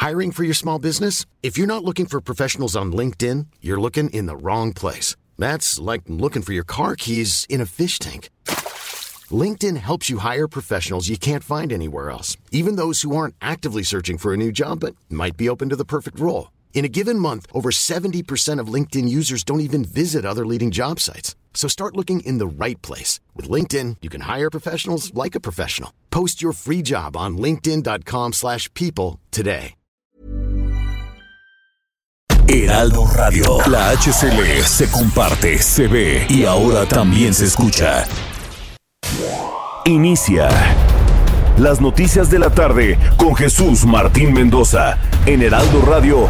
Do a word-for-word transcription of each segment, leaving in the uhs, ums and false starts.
Hiring for your small business? If you're not looking for professionals on LinkedIn, you're looking in the wrong place. That's like looking for your car keys in a fish tank. LinkedIn helps you hire professionals you can't find anywhere else, even those who aren't actively searching for a new job but might be open to the perfect role. In a given month, over seventy percent of LinkedIn users don't even visit other leading job sites. So start looking in the right place. With LinkedIn, you can hire professionals like a professional. Post your free job on linkedin dot com slash people today. Heraldo Radio. La H C L se comparte, se ve y ahora también se escucha. Inicia las noticias de la tarde con Jesús Martín Mendoza en Heraldo Radio.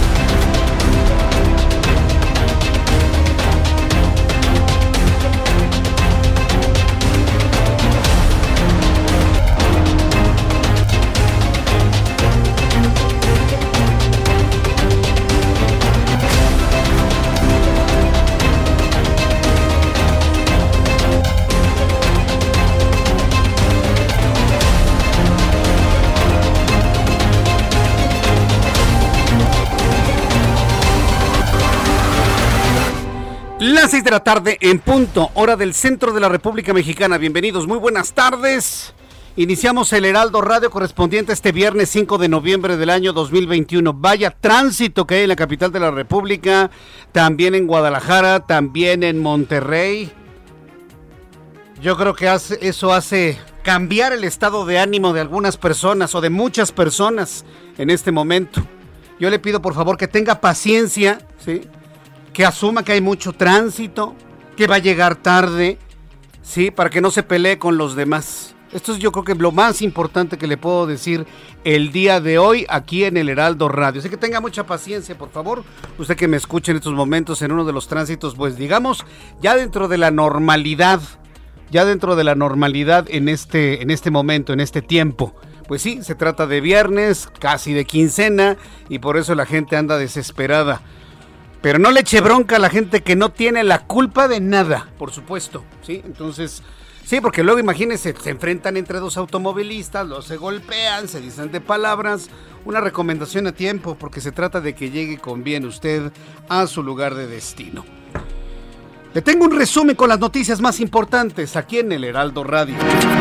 Las seis de la tarde en punto, hora del centro de la República Mexicana. Bienvenidos, muy buenas tardes. Iniciamos el Heraldo Radio correspondiente este viernes cinco de noviembre del año dos mil veintiuno. Vaya tránsito que hay en la capital de la República, también en Guadalajara, también en Monterrey. Yo creo que hace, eso hace cambiar el estado de ánimo de algunas personas o de muchas personas en este momento. Yo le pido por favor que tenga paciencia, ¿sí? Que asuma que hay mucho tránsito, que va a llegar tarde, ¿sí? Para que no se pelee con los demás. Esto es yo creo que lo más importante que le puedo decir el día de hoy aquí en el Heraldo Radio. Así que tenga mucha paciencia, por favor. Usted que me escuche en estos momentos en uno de los tránsitos, pues digamos, ya dentro de la normalidad, ya dentro de la normalidad en este, en este momento, en este tiempo. Pues sí, se trata de viernes, casi de quincena, y por eso la gente anda desesperada. Pero no le eche bronca a la gente que no tiene la culpa de nada, por supuesto, ¿sí? Entonces, sí, porque luego imagínense, se enfrentan entre dos automovilistas, los se golpean, se dicen de palabras. Una recomendación a tiempo, porque se trata de que llegue con bien usted a su lugar de destino. Le tengo un resumen con las noticias más importantes aquí en el Heraldo Radio.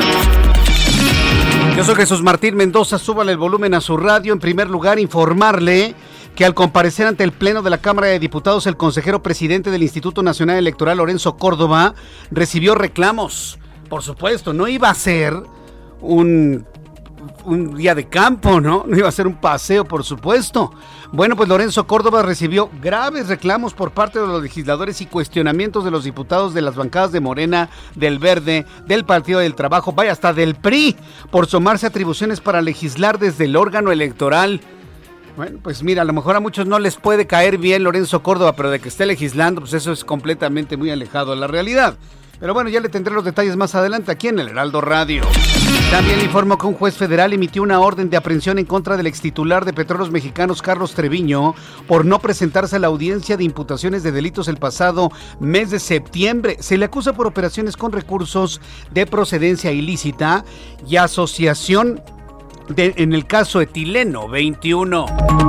Yo soy Jesús Martín Mendoza, súbale el volumen a su radio. En primer lugar, informarle que al comparecer ante el Pleno de la Cámara de Diputados, el consejero presidente del Instituto Nacional Electoral, Lorenzo Córdoba, recibió reclamos. Por supuesto, no iba a ser un, un día de campo, ¿no? No iba a ser un paseo, por supuesto. Bueno, pues Lorenzo Córdoba recibió graves reclamos por parte de los legisladores y cuestionamientos de los diputados de las bancadas de Morena, del Verde, del Partido del Trabajo, vaya, hasta del P R I, por tomarse atribuciones para legislar desde el órgano electoral. Bueno, pues mira, a lo mejor a muchos no les puede caer bien Lorenzo Córdoba, pero de que esté legislando, pues eso es completamente muy alejado de la realidad. Pero bueno, ya le tendré los detalles más adelante aquí en el Heraldo Radio. También le informo que un juez federal emitió una orden de aprehensión en contra del extitular de Petróleos Mexicanos, Carlos Treviño, por no presentarse a la audiencia de imputaciones de delitos el pasado mes de septiembre. Se le acusa por operaciones con recursos de procedencia ilícita y asociación De, en el caso etileno veintiuno.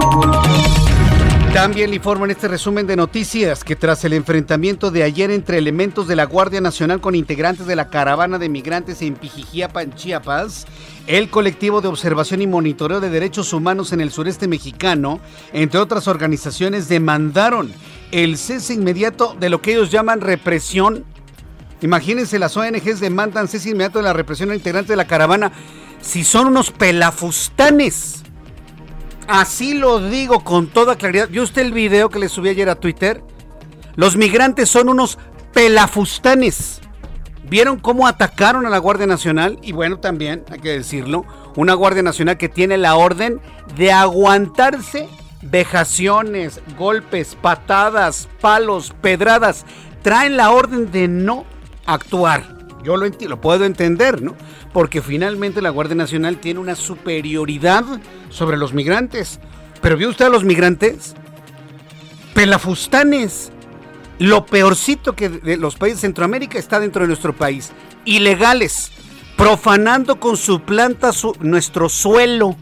También le informo en este resumen de noticias que tras el enfrentamiento de ayer entre elementos de la Guardia Nacional con integrantes de la caravana de migrantes en Pijijiapa, Chiapas, el colectivo de observación y monitoreo de derechos humanos en el sureste mexicano, entre otras organizaciones, demandaron el cese inmediato de lo que ellos llaman represión. Imagínense, las O N Ges demandan cese inmediato de la represión a integrantes de la caravana. Si son unos pelafustanes, así lo digo con toda claridad. ¿Vio usted el video que le subí ayer a Twitter? Los migrantes son unos pelafustanes. ¿Vieron cómo atacaron a la Guardia Nacional? Y bueno, también, hay que decirlo, una Guardia Nacional que tiene la orden de aguantarse vejaciones, golpes, patadas, palos, pedradas. Traen la orden de no actuar. Yo lo, enti- lo puedo entender, ¿no? Porque finalmente la Guardia Nacional tiene una superioridad sobre los migrantes. Pero ¿vio usted a los migrantes? Pelafustanes. Lo peorcito que de los países de Centroamérica está dentro de nuestro país. Ilegales. Profanando con su planta su, nuestro suelo.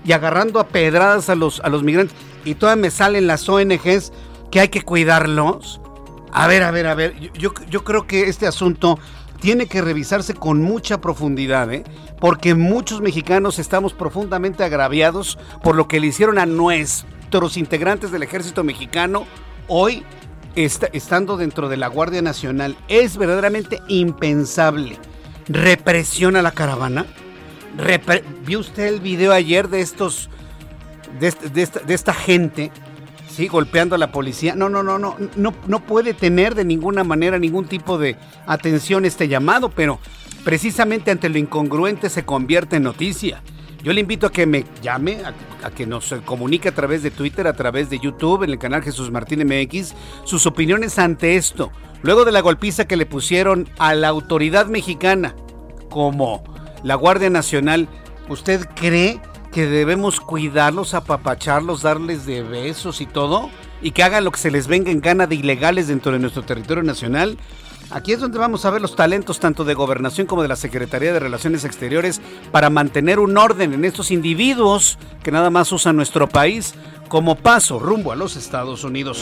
y agarrando a pedradas a los, a los migrantes, y todavía me salen las O N Ges que hay que cuidarlos. A ver, a ver, a ver, yo, yo creo que este asunto tiene que revisarse con mucha profundidad, ¿eh? Porque muchos mexicanos estamos profundamente agraviados por lo que le hicieron a nuestros integrantes del ejército mexicano hoy, está, estando dentro de la Guardia Nacional. Es verdaderamente impensable. ¿Represión a la caravana? Repre- ¿Vio usted el video ayer de estos, de, este, de, esta, de esta gente, sí, golpeando a la policía? No, no, no, no, no, no puede tener de ninguna manera ningún tipo de atención este llamado, pero precisamente ante lo incongruente se convierte en noticia. Yo le invito a que me llame, a, a que nos comunique a través de Twitter, a través de YouTube, en el canal Jesús Martín M X, sus opiniones ante esto. Luego de la golpiza que le pusieron a la autoridad mexicana, como la Guardia Nacional, ¿usted cree que debemos cuidarlos, apapacharlos, darles de besos y todo? ¿Y que hagan lo que se les venga en gana de ilegales dentro de nuestro territorio nacional? Aquí es donde vamos a ver los talentos tanto de Gobernación como de la Secretaría de Relaciones Exteriores para mantener un orden en estos individuos que nada más usan nuestro país como paso rumbo a los Estados Unidos.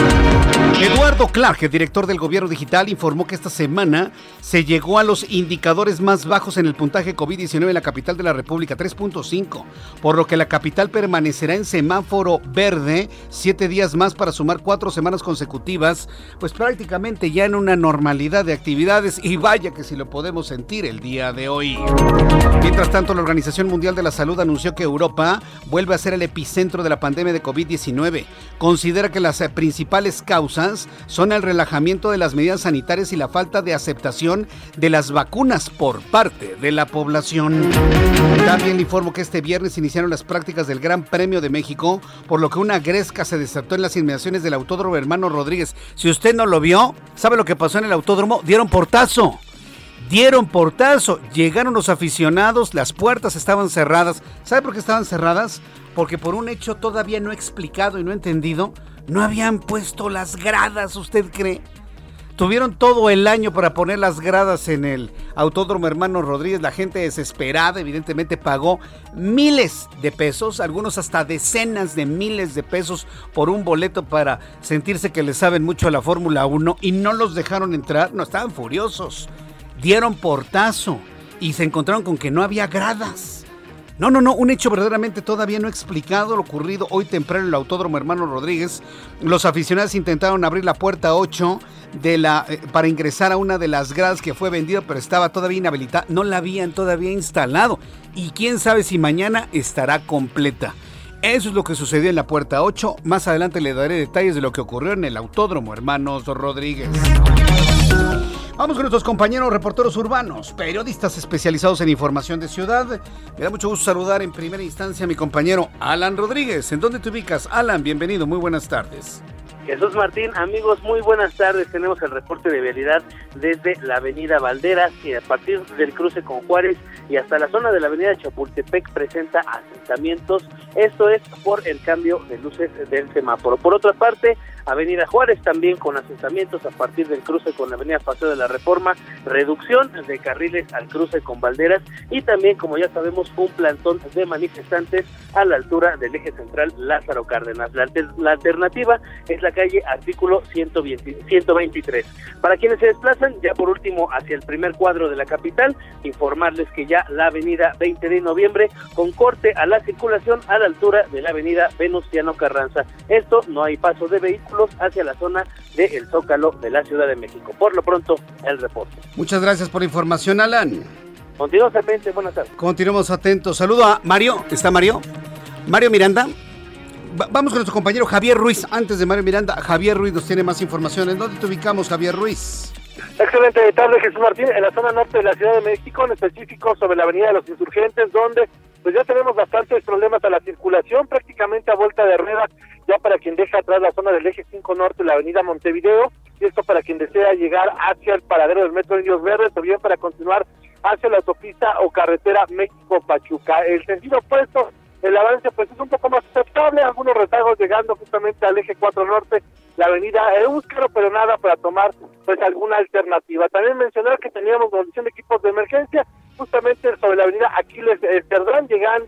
Eduardo Clark, director del Gobierno Digital, informó que esta semana se llegó a los indicadores más bajos en el puntaje COVID diecinueve en la capital de la República, tres punto cinco, por lo que la capital permanecerá en semáforo verde siete días más para sumar cuatro semanas consecutivas, pues prácticamente ya en una normalidad de actividades, y vaya que si lo podemos sentir el día de hoy. Mientras tanto, la Organización Mundial de la Salud anunció que Europa vuelve a ser el epicentro de la pandemia de COVID diecinueve. Considera que las principales causas son el relajamiento de las medidas sanitarias y la falta de aceptación de las vacunas por parte de la población. También le informo que este viernes iniciaron las prácticas del Gran Premio de México, por lo que una gresca se desató en las inmediaciones del Autódromo Hermano Rodríguez. Si usted no lo vio, ¿sabe lo que pasó en el autódromo? Dieron portazo. Dieron portazo, llegaron los aficionados, las puertas estaban cerradas. ¿Sabe por qué estaban cerradas? Porque por un hecho todavía no explicado y no entendido, no habían puesto las gradas, ¿usted cree? Tuvieron todo el año para poner las gradas en el Autódromo Hermano Rodríguez. La gente desesperada evidentemente pagó miles de pesos, algunos hasta decenas de miles de pesos por un boleto para sentirse que le saben mucho a la Fórmula uno, y no los dejaron entrar. No, estaban furiosos. Dieron portazo y se encontraron con que no había gradas. No, no, no, un hecho verdaderamente todavía no explicado, lo ocurrido hoy temprano en el Autódromo Hermano Rodríguez. Los aficionados intentaron abrir la puerta ocho de la, eh, para ingresar a una de las gradas que fue vendida, pero estaba todavía inhabilitada, no la habían todavía instalado, y quién sabe si mañana estará completa. Eso es lo que sucedió en la puerta ocho. Más adelante le daré detalles de lo que ocurrió en el Autódromo Hermanos Rodríguez. Vamos con nuestros compañeros reporteros urbanos, periodistas especializados en información de ciudad. Me da mucho gusto saludar en primera instancia a mi compañero Alan Rodríguez. ¿En dónde te ubicas, Alan? Bienvenido, muy buenas tardes. Jesús Martín, amigos, muy buenas tardes. Tenemos el reporte de vialidad desde la avenida Valderas, y a partir del cruce con Juárez y hasta la zona de la avenida Chapultepec presenta asentamientos. Esto es por el cambio de luces del semáforo. Por otra parte, avenida Juárez también con asentamientos a partir del cruce con la avenida Paseo de la Reforma, reducción de carriles al cruce con Valderas, y también, como ya sabemos, un plantón de manifestantes a la altura del eje central Lázaro Cárdenas. La, alter- la alternativa es la calle Artículo ciento veinte, ciento veintitrés. Para quienes se desplazan ya por último hacia el primer cuadro de la capital, informarles que ya la avenida veinte de noviembre con corte a la circulación a la altura de la avenida Venustiano Carranza. Esto, no hay paso de vehículos hacia la zona del Zócalo de la Ciudad de México. Por lo pronto, el reporte. Muchas gracias por la información, Alan. Continuamos atentos, buenas tardes. Continuamos atentos. Saludo a Mario. ¿Está Mario? Mario Miranda. Va- vamos con nuestro compañero Javier Ruiz. Antes de Mario Miranda, Javier Ruiz nos tiene más información. ¿En dónde te ubicamos, Javier Ruiz? Excelente tarde, Jesús Martín, en la zona norte de la Ciudad de México, en específico sobre la avenida de los Insurgentes, donde pues ya tenemos bastantes problemas a la circulación, prácticamente a vuelta de rueda, ya para quien deja atrás la zona del eje cinco norte, la avenida Montevideo, y esto para quien desea llegar hacia el paradero del metro Indios Verdes, o bien para continuar hacia la autopista o carretera México-Pachuca. El sentido opuesto, el avance pues es un poco más aceptable, algunos retagos llegando justamente al eje cuatro norte, la avenida Éuscaro, pero nada para tomar pues alguna alternativa. También mencionar que teníamos movilización de equipos de emergencia justamente sobre la avenida Aquiles eh, Cerdán, llegando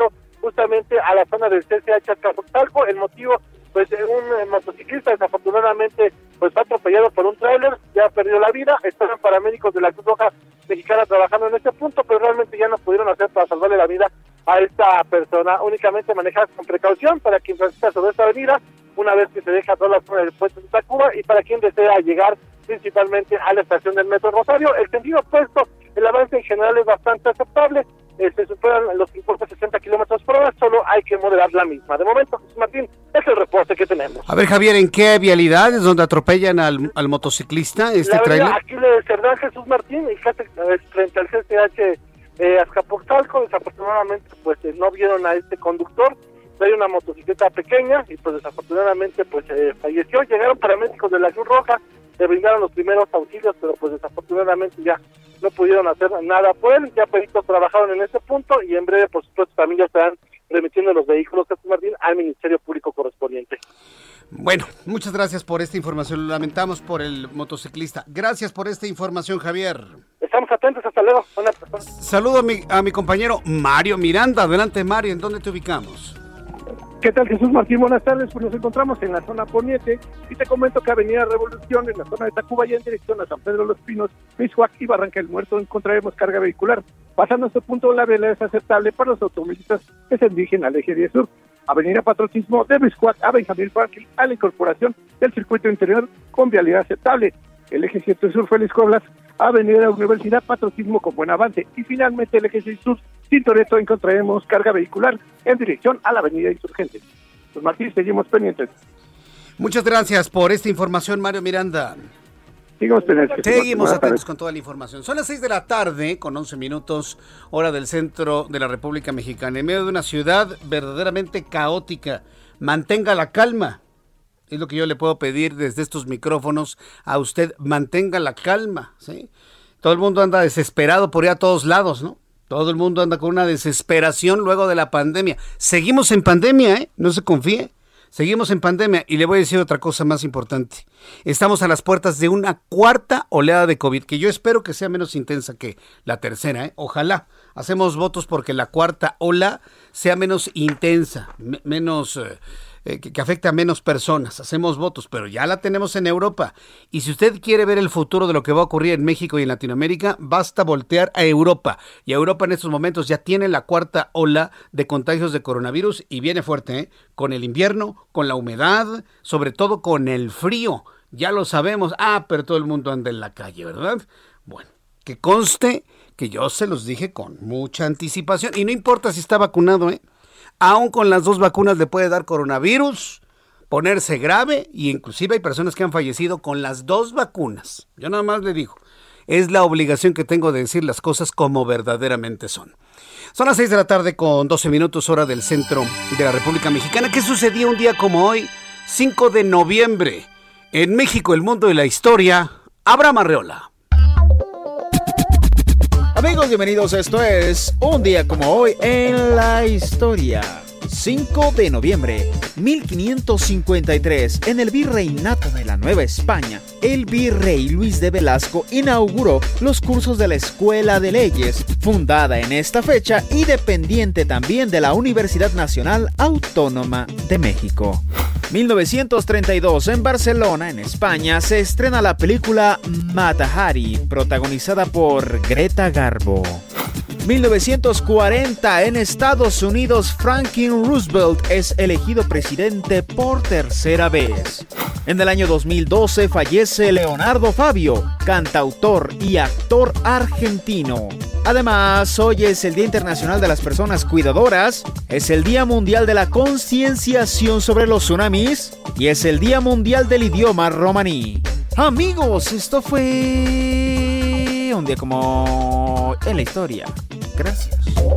justamente a la zona del C C H Azcapotzalco. El motivo, pues un eh, motociclista desafortunadamente pues fue atropellado por un tráiler, ya perdió la vida. Estaban paramédicos de la Cruz Roja Mexicana trabajando en este punto, pero realmente ya no pudieron hacer para salvarle la vida a esta persona. Únicamente manejar con precaución para quien transita sobre esta avenida, una vez que se deja toda la zona del puente de Tacuba, y para quien desea llegar principalmente a la estación del Metro Rosario. El sentido opuesto, el avance en general es bastante aceptable, eh, se superan los cincuenta a sesenta kilómetros por hora, solo hay que moderar la misma. De momento, Jesús Martín, es el reporte que tenemos. A ver, Javier, ¿en qué vialidad es donde atropellan al, al motociclista este tráiler? Aquí le Cerdán, Jesús Martín, y casi frente al C C H eh, Azcapotzalco. Desafortunadamente, pues eh, no vieron a este conductor. Hay una motocicleta pequeña y pues desafortunadamente pues eh, falleció. Llegaron paramédicos de la Cruz Roja, le brindaron los primeros auxilios, pero pues desafortunadamente ya no pudieron hacer nada por él. Ya peritos trabajaron en ese punto y en breve, por supuesto, también ya estarán remitiendo los vehículos, Jesús Martín, al Ministerio Público correspondiente. Bueno, muchas gracias por esta información. Lo lamentamos por el motociclista. Gracias por esta información, Javier. Estamos atentos, hasta luego. Buenas tardes. Saludo a mi, a mi compañero Mario Miranda. Adelante, Mario, ¿en dónde te ubicamos? ¿Qué tal, Jesús Martín? Buenas tardes. Pues nos encontramos en la zona poniente y te comento que Avenida Revolución, en la zona de Tacuba, y en dirección a San Pedro de los Pinos, Mixhuac y Barranca del Muerto, encontraremos carga vehicular. Pasando este punto, la vialidad es aceptable para los automovilistas que se dirigen al eje diez sur. Avenida Patriotismo de Mixhuac a Benjamín Franklin, a la incorporación del circuito interior con vialidad aceptable. El eje siete sur, Félix Coblas, Avenida de la Universidad, Patriotismo con buen avance. Y finalmente el eje seis sur, Tintoretto, encontraremos carga vehicular en dirección a la Avenida Insurgentes. Pues Martín, seguimos pendientes. Muchas gracias por esta información, Mario Miranda. Seguimos pendientes. Seguimos atentos con toda la información. Son las seis de la tarde, con once minutos, hora del centro de la República Mexicana. En medio de una ciudad verdaderamente caótica, mantenga la calma. Es lo que yo le puedo pedir desde estos micrófonos a usted, mantenga la calma, ¿sí? Todo el mundo anda desesperado por ir a todos lados, ¿no? Todo el mundo anda con una desesperación luego de la pandemia. Seguimos en pandemia, ¿eh? No se confíe. Seguimos en pandemia. Y le voy a decir otra cosa más importante. Estamos a las puertas de una cuarta oleada de COVID, que yo espero que sea menos intensa que la tercera, ¿eh? Ojalá. Hacemos votos porque la cuarta ola sea menos intensa, me- menos... Eh, Eh, que, que afecte a menos personas. Hacemos votos, pero ya la tenemos en Europa. Y si usted quiere ver el futuro de lo que va a ocurrir en México y en Latinoamérica, basta voltear a Europa. Y Europa en estos momentos ya tiene la cuarta ola de contagios de coronavirus y viene fuerte, ¿eh? Con el invierno, con la humedad, sobre todo con el frío. Ya lo sabemos. Ah, pero todo el mundo anda en la calle, ¿verdad? Bueno, que conste que yo se los dije con mucha anticipación. Y no importa si está vacunado, ¿eh? Aún con las dos vacunas le puede dar coronavirus, ponerse grave, y inclusive hay personas que han fallecido con las dos vacunas. Yo nada más le digo, es la obligación que tengo de decir las cosas como verdaderamente son. Son las seis de la tarde con doce minutos, hora del centro de la República Mexicana. ¿Qué sucedió un día como hoy, cinco de noviembre? En México, el mundo y la historia, Abraham Arreola. Amigos, bienvenidos. Esto es un día como hoy en la historia. cinco de noviembre, mil quinientos cincuenta y tres, en el virreinato de la Nueva España, el virrey Luis de Velasco inauguró los cursos de la Escuela de Leyes, fundada en esta fecha y dependiente también de la Universidad Nacional Autónoma de México. mil novecientos treinta y dos, en Barcelona, en España, se estrena la película Mata Hari, protagonizada por Greta Garbo. mil novecientos cuarenta, en Estados Unidos, Franklin Roosevelt es elegido presidente por tercera vez. En el año dos mil doce fallece Leonardo Fabio, cantautor y actor argentino. Además, hoy es el Día Internacional de las Personas Cuidadoras, es el Día Mundial de la Concienciación sobre los Tsunamis y es el Día Mundial del Idioma Romaní. Amigos, esto fue un día como en la historia. Gracias.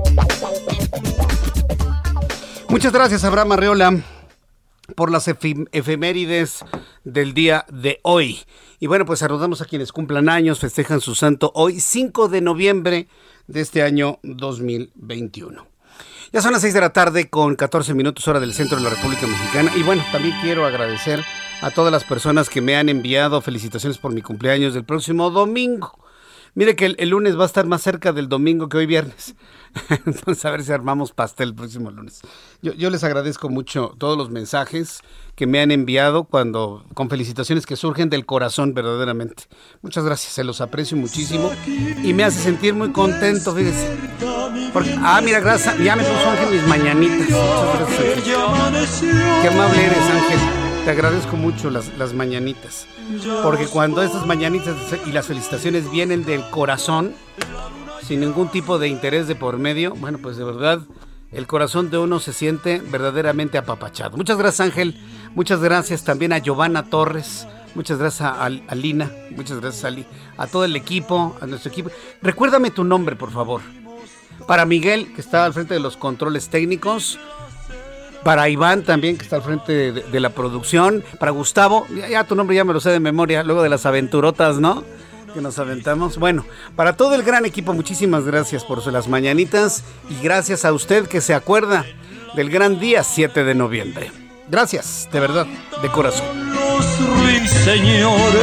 Muchas gracias, Abraham Arreola, por las efe- efemérides del día de hoy. Y bueno, pues saludamos a quienes cumplan años, festejan su santo hoy, cinco de noviembre de este año dos mil veintiuno. Ya son las seis de la tarde con catorce minutos, hora del centro de la República Mexicana. Y bueno, también quiero agradecer a todas las personas que me han enviado felicitaciones por mi cumpleaños del próximo domingo. Mire que el, el lunes va a estar más cerca del domingo que hoy viernes. Entonces a ver si armamos pastel el próximo lunes. Yo, yo les agradezco mucho todos los mensajes que me han enviado cuando con felicitaciones que surgen del corazón verdaderamente. Muchas gracias, se los aprecio muchísimo y me hace sentir muy contento, fíjese. Porque, ah, mira, gracias, ya me puso Ángel mis mañanitas. Muchas gracias, Ángel. Qué amable eres, Ángel. Te agradezco mucho las, las mañanitas. Porque cuando esas mañanitas y las felicitaciones vienen del corazón, sin ningún tipo de interés de por medio, bueno, pues de verdad, el corazón de uno se siente verdaderamente apapachado. Muchas gracias, Ángel. Muchas gracias también a Giovanna Torres. Muchas gracias a, a, a Lina. Muchas gracias a, Li, a todo el equipo, a nuestro equipo. Recuérdame tu nombre, por favor. Para Miguel, que está al frente de los controles técnicos. Para Iván también, que está al frente de, de, de la producción. Para Gustavo, ya, ya tu nombre ya me lo sé de memoria, luego de las aventurotas, ¿no?, que nos aventamos. Bueno, para todo el gran equipo, muchísimas gracias por las mañanitas y gracias a usted que se acuerda del gran día siete de noviembre. Gracias, de verdad, de corazón. Los ruiseñores.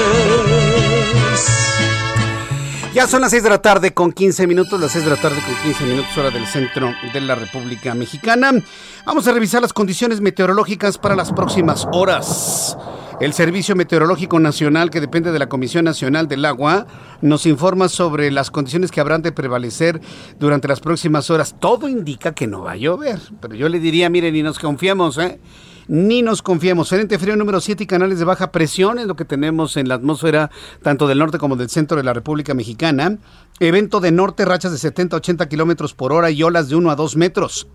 Ya son las seis de la tarde con quince minutos, las seis de la tarde con quince minutos, hora del centro de la República Mexicana. Vamos a revisar las condiciones meteorológicas para las próximas horas. El Servicio Meteorológico Nacional, que depende de la Comisión Nacional del Agua, nos informa sobre las condiciones que habrán de prevalecer durante las próximas horas. Todo indica que no va a llover, pero yo le diría, miren, ni nos confiamos, ¿eh? Ni nos confiamos. Frente frío número siete y canales de baja presión es lo que tenemos en la atmósfera, tanto del norte como del centro de la República Mexicana. Evento de norte, rachas de setenta a ochenta kilómetros por hora y olas de uno a dos metros.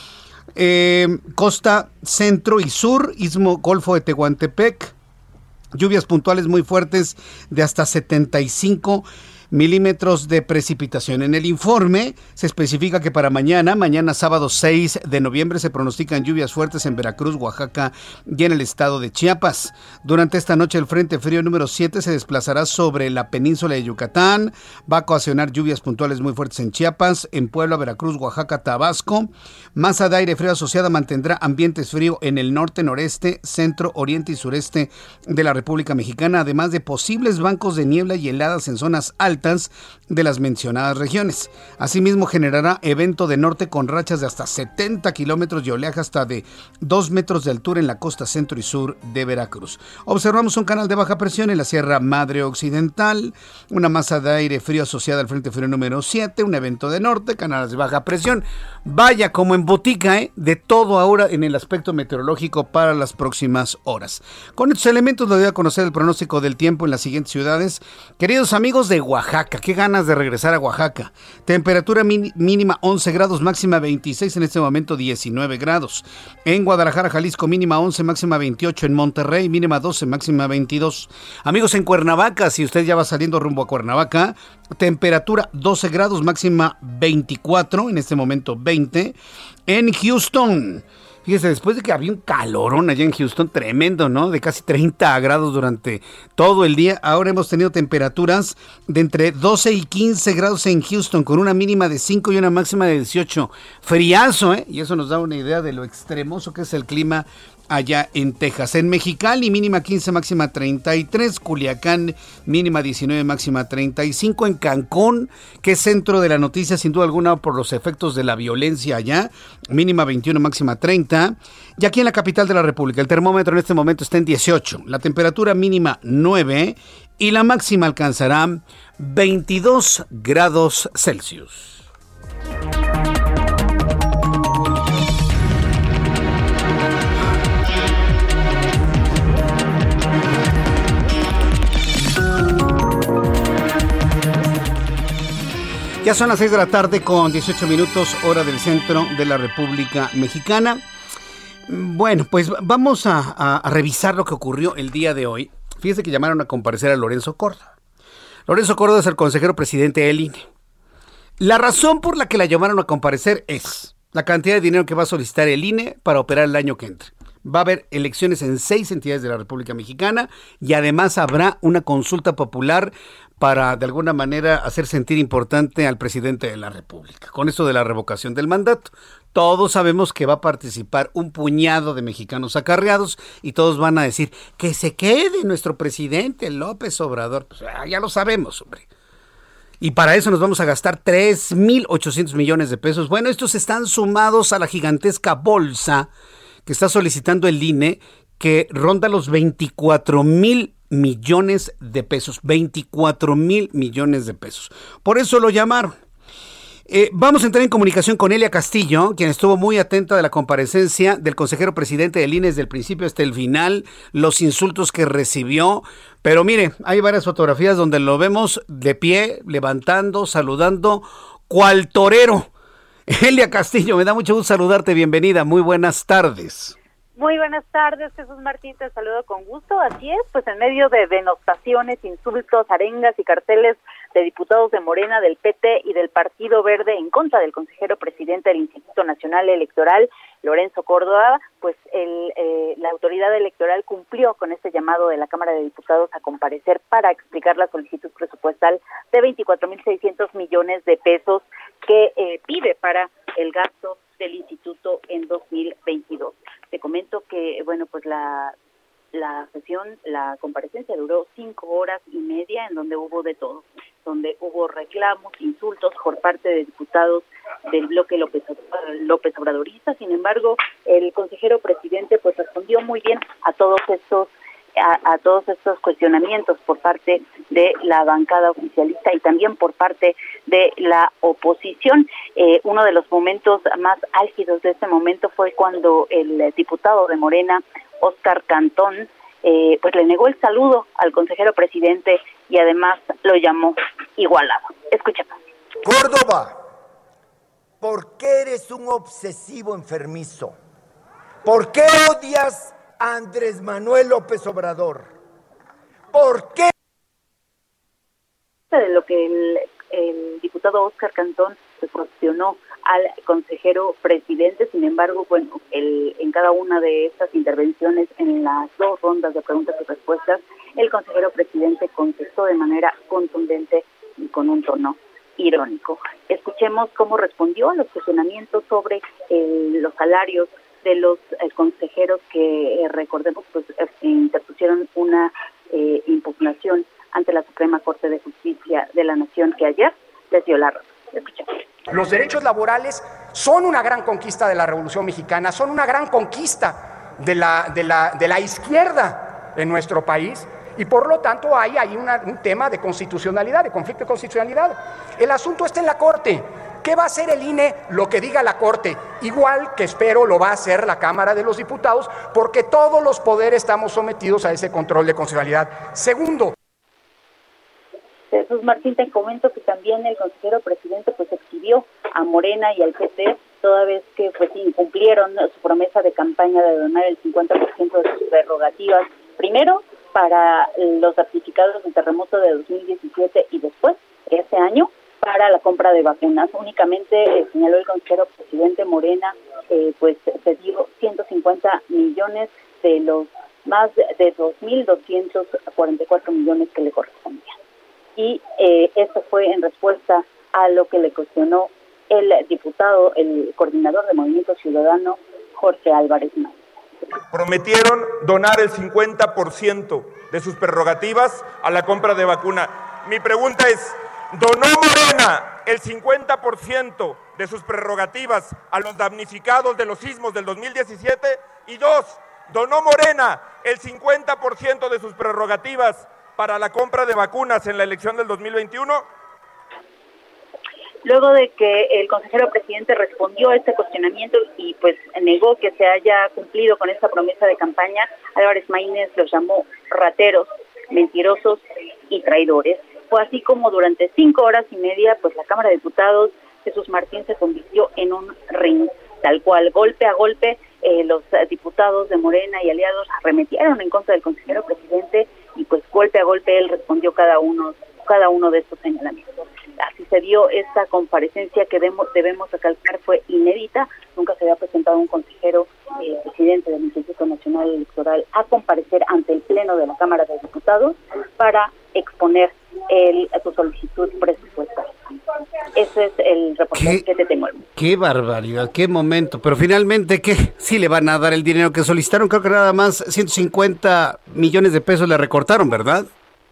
Eh, costa, centro y sur, istmo, golfo de Tehuantepec. Lluvias puntuales muy fuertes de hasta setenta y cinco milímetros de precipitación. En el informe se especifica que para mañana, mañana sábado seis de noviembre, se pronostican lluvias fuertes en Veracruz, Oaxaca y en el estado de Chiapas. Durante esta noche el frente frío número siete se desplazará sobre la península de Yucatán, va a ocasionar lluvias puntuales muy fuertes en Chiapas, en Puebla, Veracruz, Oaxaca, Tabasco. Masa de aire frío asociada mantendrá ambientes fríos en el norte, noreste, centro, oriente y sureste de la República Mexicana, además de posibles bancos de niebla y heladas en zonas altas de las mencionadas regiones. Asimismo, generará evento de norte con rachas de hasta setenta kilómetros y oleaje hasta de dos metros de altura en la costa centro y sur de Veracruz. Observamos un canal de baja presión en la Sierra Madre Occidental, una masa de aire frío asociada al frente frío número siete, un evento de norte, canales de baja presión. Vaya como en botica, ¿eh? De todo ahora en el aspecto meteorológico para las próximas horas. Con estos elementos les voy a conocer el pronóstico del tiempo en las siguientes ciudades. Queridos amigos de Oaxaca, Oaxaca, qué ganas de regresar a Oaxaca. Temperatura mínima once grados, máxima veintiséis, en este momento diecinueve grados. En Guadalajara, Jalisco, mínima once, máxima veintiocho. En Monterrey, mínima doce, máxima veintidós. Amigos, en Cuernavaca, si usted ya va saliendo rumbo a Cuernavaca, temperatura doce grados, máxima veinticuatro, en este momento veinte. En Houston, fíjese, después de que había un calorón allá en Houston, tremendo, ¿no? De casi treinta grados durante todo el día. Ahora hemos tenido temperaturas de entre doce y quince grados en Houston, con una mínima de cinco y una máxima de dieciocho. Friazo, ¿eh? Y eso nos da una idea de lo extremoso que es el clima allá en Texas. En Mexicali, mínima quince, máxima treinta y tres. Culiacán, mínima diecinueve, máxima treinta y cinco. En Cancún, que es centro de la noticia sin duda alguna por los efectos de la violencia allá, mínima veintiuno, máxima treinta. Y aquí en la capital de la República, el termómetro en este momento está en dieciocho. La temperatura mínima nueve y la máxima alcanzará veintidós grados Celsius. Ya son las seis de la tarde con dieciocho minutos, hora del centro de la República Mexicana. Bueno, pues vamos a, a, a revisar lo que ocurrió el día de hoy. Fíjese que llamaron a comparecer a Lorenzo Córdoba. Lorenzo Córdoba es el consejero presidente del I N E. La razón por la que la llamaron a comparecer es la cantidad de dinero que va a solicitar el I N E para operar el año que entra. Va a haber elecciones en seis entidades de la República Mexicana y además habrá una consulta popular para, de alguna manera, hacer sentir importante al presidente de la República, con esto de la revocación del mandato. Todos sabemos que va a participar un puñado de mexicanos acarreados y todos van a decir que se quede nuestro presidente López Obrador. Pues, ya lo sabemos, hombre. Y para eso nos vamos a gastar tres mil ochocientos millones de pesos. Bueno, estos están sumados a la gigantesca bolsa que está solicitando el I N E, que ronda los veinticuatro mil millones de pesos. veinticuatro mil millones de pesos. Por eso lo llamaron. Eh, vamos a entrar en comunicación con Elia Castillo, quien estuvo muy atenta de la comparecencia del consejero presidente del I N E desde el principio hasta el final, los insultos que recibió. Pero mire, hay varias fotografías donde lo vemos de pie, levantando, saludando, cual torero. Elia Castillo, me da mucho gusto saludarte, bienvenida, muy buenas tardes. Muy buenas tardes, Jesús Martín, te saludo con gusto. Así es, pues en medio de denostaciones, insultos, arengas y carteles de diputados de Morena, del P T y del Partido Verde en contra del consejero presidente del Instituto Nacional Electoral, Lorenzo Córdoba, pues el, eh, la autoridad electoral cumplió con este llamado de la Cámara de Diputados a comparecer para explicar la solicitud presupuestal de veinticuatro mil seiscientos millones de pesos que eh, pide para el gasto del instituto en dos mil veintidós. Te comento que, bueno, pues la la sesión, la comparecencia duró cinco horas y media, en donde hubo de todo, donde hubo reclamos, insultos por parte de diputados del bloque López, López Obradorista. Sin embargo, el consejero presidente pues respondió muy bien a todos estos A, a todos estos cuestionamientos por parte de la bancada oficialista y también por parte de la oposición. Eh, uno de los momentos más álgidos de este momento fue cuando el diputado de Morena, Óscar Cantón, eh, pues le negó el saludo al consejero presidente y además lo llamó igualado. Escuchemos. Córdoba, ¿por qué eres un obsesivo enfermizo? ¿Por qué odias a Andrés Manuel López Obrador? ¿Por qué? De lo que el, el diputado Óscar Cantón se cuestionó al consejero presidente. Sin embargo, bueno, el, en cada una de estas intervenciones, en las dos rondas de preguntas y respuestas, el consejero presidente contestó de manera contundente y con un tono irónico. Escuchemos cómo respondió a los cuestionamientos sobre eh, los salarios de los eh, consejeros que, eh, recordemos, pues eh, interpusieron una eh, impugnación ante la Suprema Corte de Justicia de la Nación, que ayer les dio la razón. Escuchemos. Los derechos laborales son una gran conquista de la Revolución Mexicana, son una gran conquista de la, de la, de la izquierda en nuestro país, y por lo tanto hay ahí una, un tema de constitucionalidad, de conflicto de constitucionalidad. El asunto está en la Corte. ¿Qué va a hacer el I N E? Lo que diga la Corte, igual que espero lo va a hacer la Cámara de los Diputados, porque todos los poderes estamos sometidos a ese control de constitucionalidad. Segundo. Jesús Martín, te comento que también el consejero presidente pues exhibió a Morena y al P T, toda vez que pues incumplieron su promesa de campaña de donar el cincuenta por ciento de sus prerrogativas, primero para los damnificados del terremoto de dos mil diecisiete y después, este año, para la compra de vacunas. Únicamente, eh, señaló el consejero presidente, Morena, eh, pues se dio ciento cincuenta millones de los más de dos mil doscientos cuarenta y cuatro millones que le correspondían. Y eh, esto fue en respuesta a lo que le cuestionó el diputado, el coordinador de Movimiento Ciudadano, Jorge Álvarez Maínez. Prometieron donar el cincuenta por ciento de sus prerrogativas a la compra de vacuna. Mi pregunta es, ¿donó Morena el cincuenta por ciento de sus prerrogativas a los damnificados de los sismos del dos mil diecisiete? Y dos, ¿donó Morena el cincuenta por ciento de sus prerrogativas para la compra de vacunas en la elección del dos mil veintiuno? Luego de que el consejero presidente respondió a este cuestionamiento y pues negó que se haya cumplido con esta promesa de campaña, Álvarez Maínez los llamó rateros, mentirosos y traidores. Fue así como durante cinco horas y media, pues la Cámara de Diputados, Jesús Martín, se convirtió en un ring, tal cual, golpe a golpe, eh, los diputados de Morena y aliados arremetieron en contra del consejero presidente y pues golpe a golpe él respondió cada uno, cada uno de estos señalamientos. Así se dio esta comparecencia que debemos, debemos recalcar fue inédita. Nunca se había presentado un consejero eh, presidente del Instituto Nacional Electoral a comparecer ante el Pleno de la Cámara de Diputados para exponer el, su solicitud presupuestal. Ese es el reportaje que te tengo. Qué barbaridad, qué momento. Pero finalmente, ¿qué? Sí le van a dar el dinero que solicitaron. Creo que nada más ciento cincuenta millones de pesos le recortaron, ¿verdad?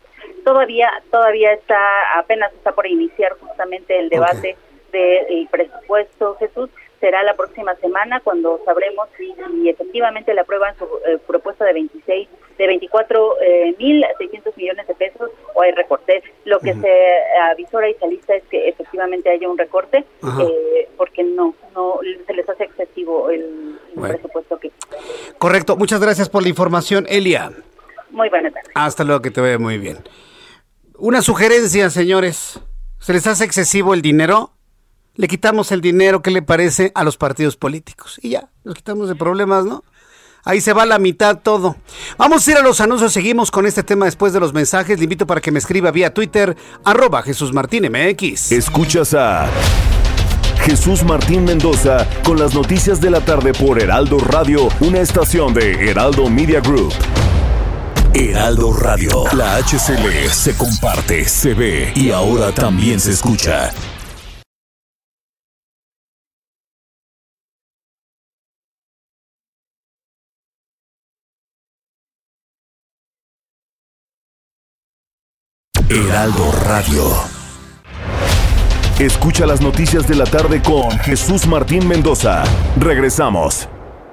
todavía todavía está, apenas está por iniciar justamente el debate okay. del presupuesto, Jesús. Será la próxima semana cuando sabremos si, si efectivamente le aprueban su eh, propuesta de veintiséis, de veinticuatro mil seiscientos millones de pesos o hay recortes. Lo que uh-huh. se avisora y se alista es que efectivamente haya un recorte, uh-huh. eh, porque no, no se les hace excesivo el, el bueno. presupuesto que. Correcto. Muchas gracias por la información, Elia. Muy buenas tardes. Hasta luego, que te vaya muy bien. Una sugerencia, señores. ¿Se les hace excesivo el dinero? Le quitamos el dinero, ¿qué le parece? A los partidos políticos. Y ya, los quitamos de problemas, ¿no? Ahí se va la mitad todo. Vamos a ir a los anuncios, seguimos con este tema después de los mensajes. Le invito para que me escriba vía Twitter, arroba Jesús Martín M X. Escuchas a Jesús Martín Mendoza con las noticias de la tarde por Heraldo Radio, una estación de Heraldo Media Group. Heraldo Radio, la H C L se comparte, se ve y ahora también se escucha. Heraldo Radio. Escucha las noticias de la tarde con Jesús Martín Mendoza. Regresamos.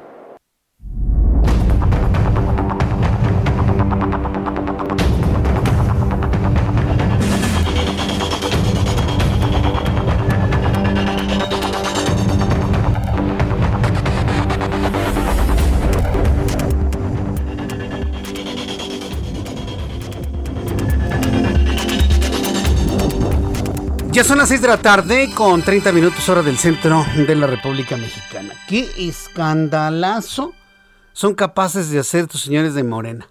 Ya son las seis de la tarde con treinta minutos hora del centro de la República Mexicana. ¡Qué escandalazo son capaces de hacer estos señores de Morena!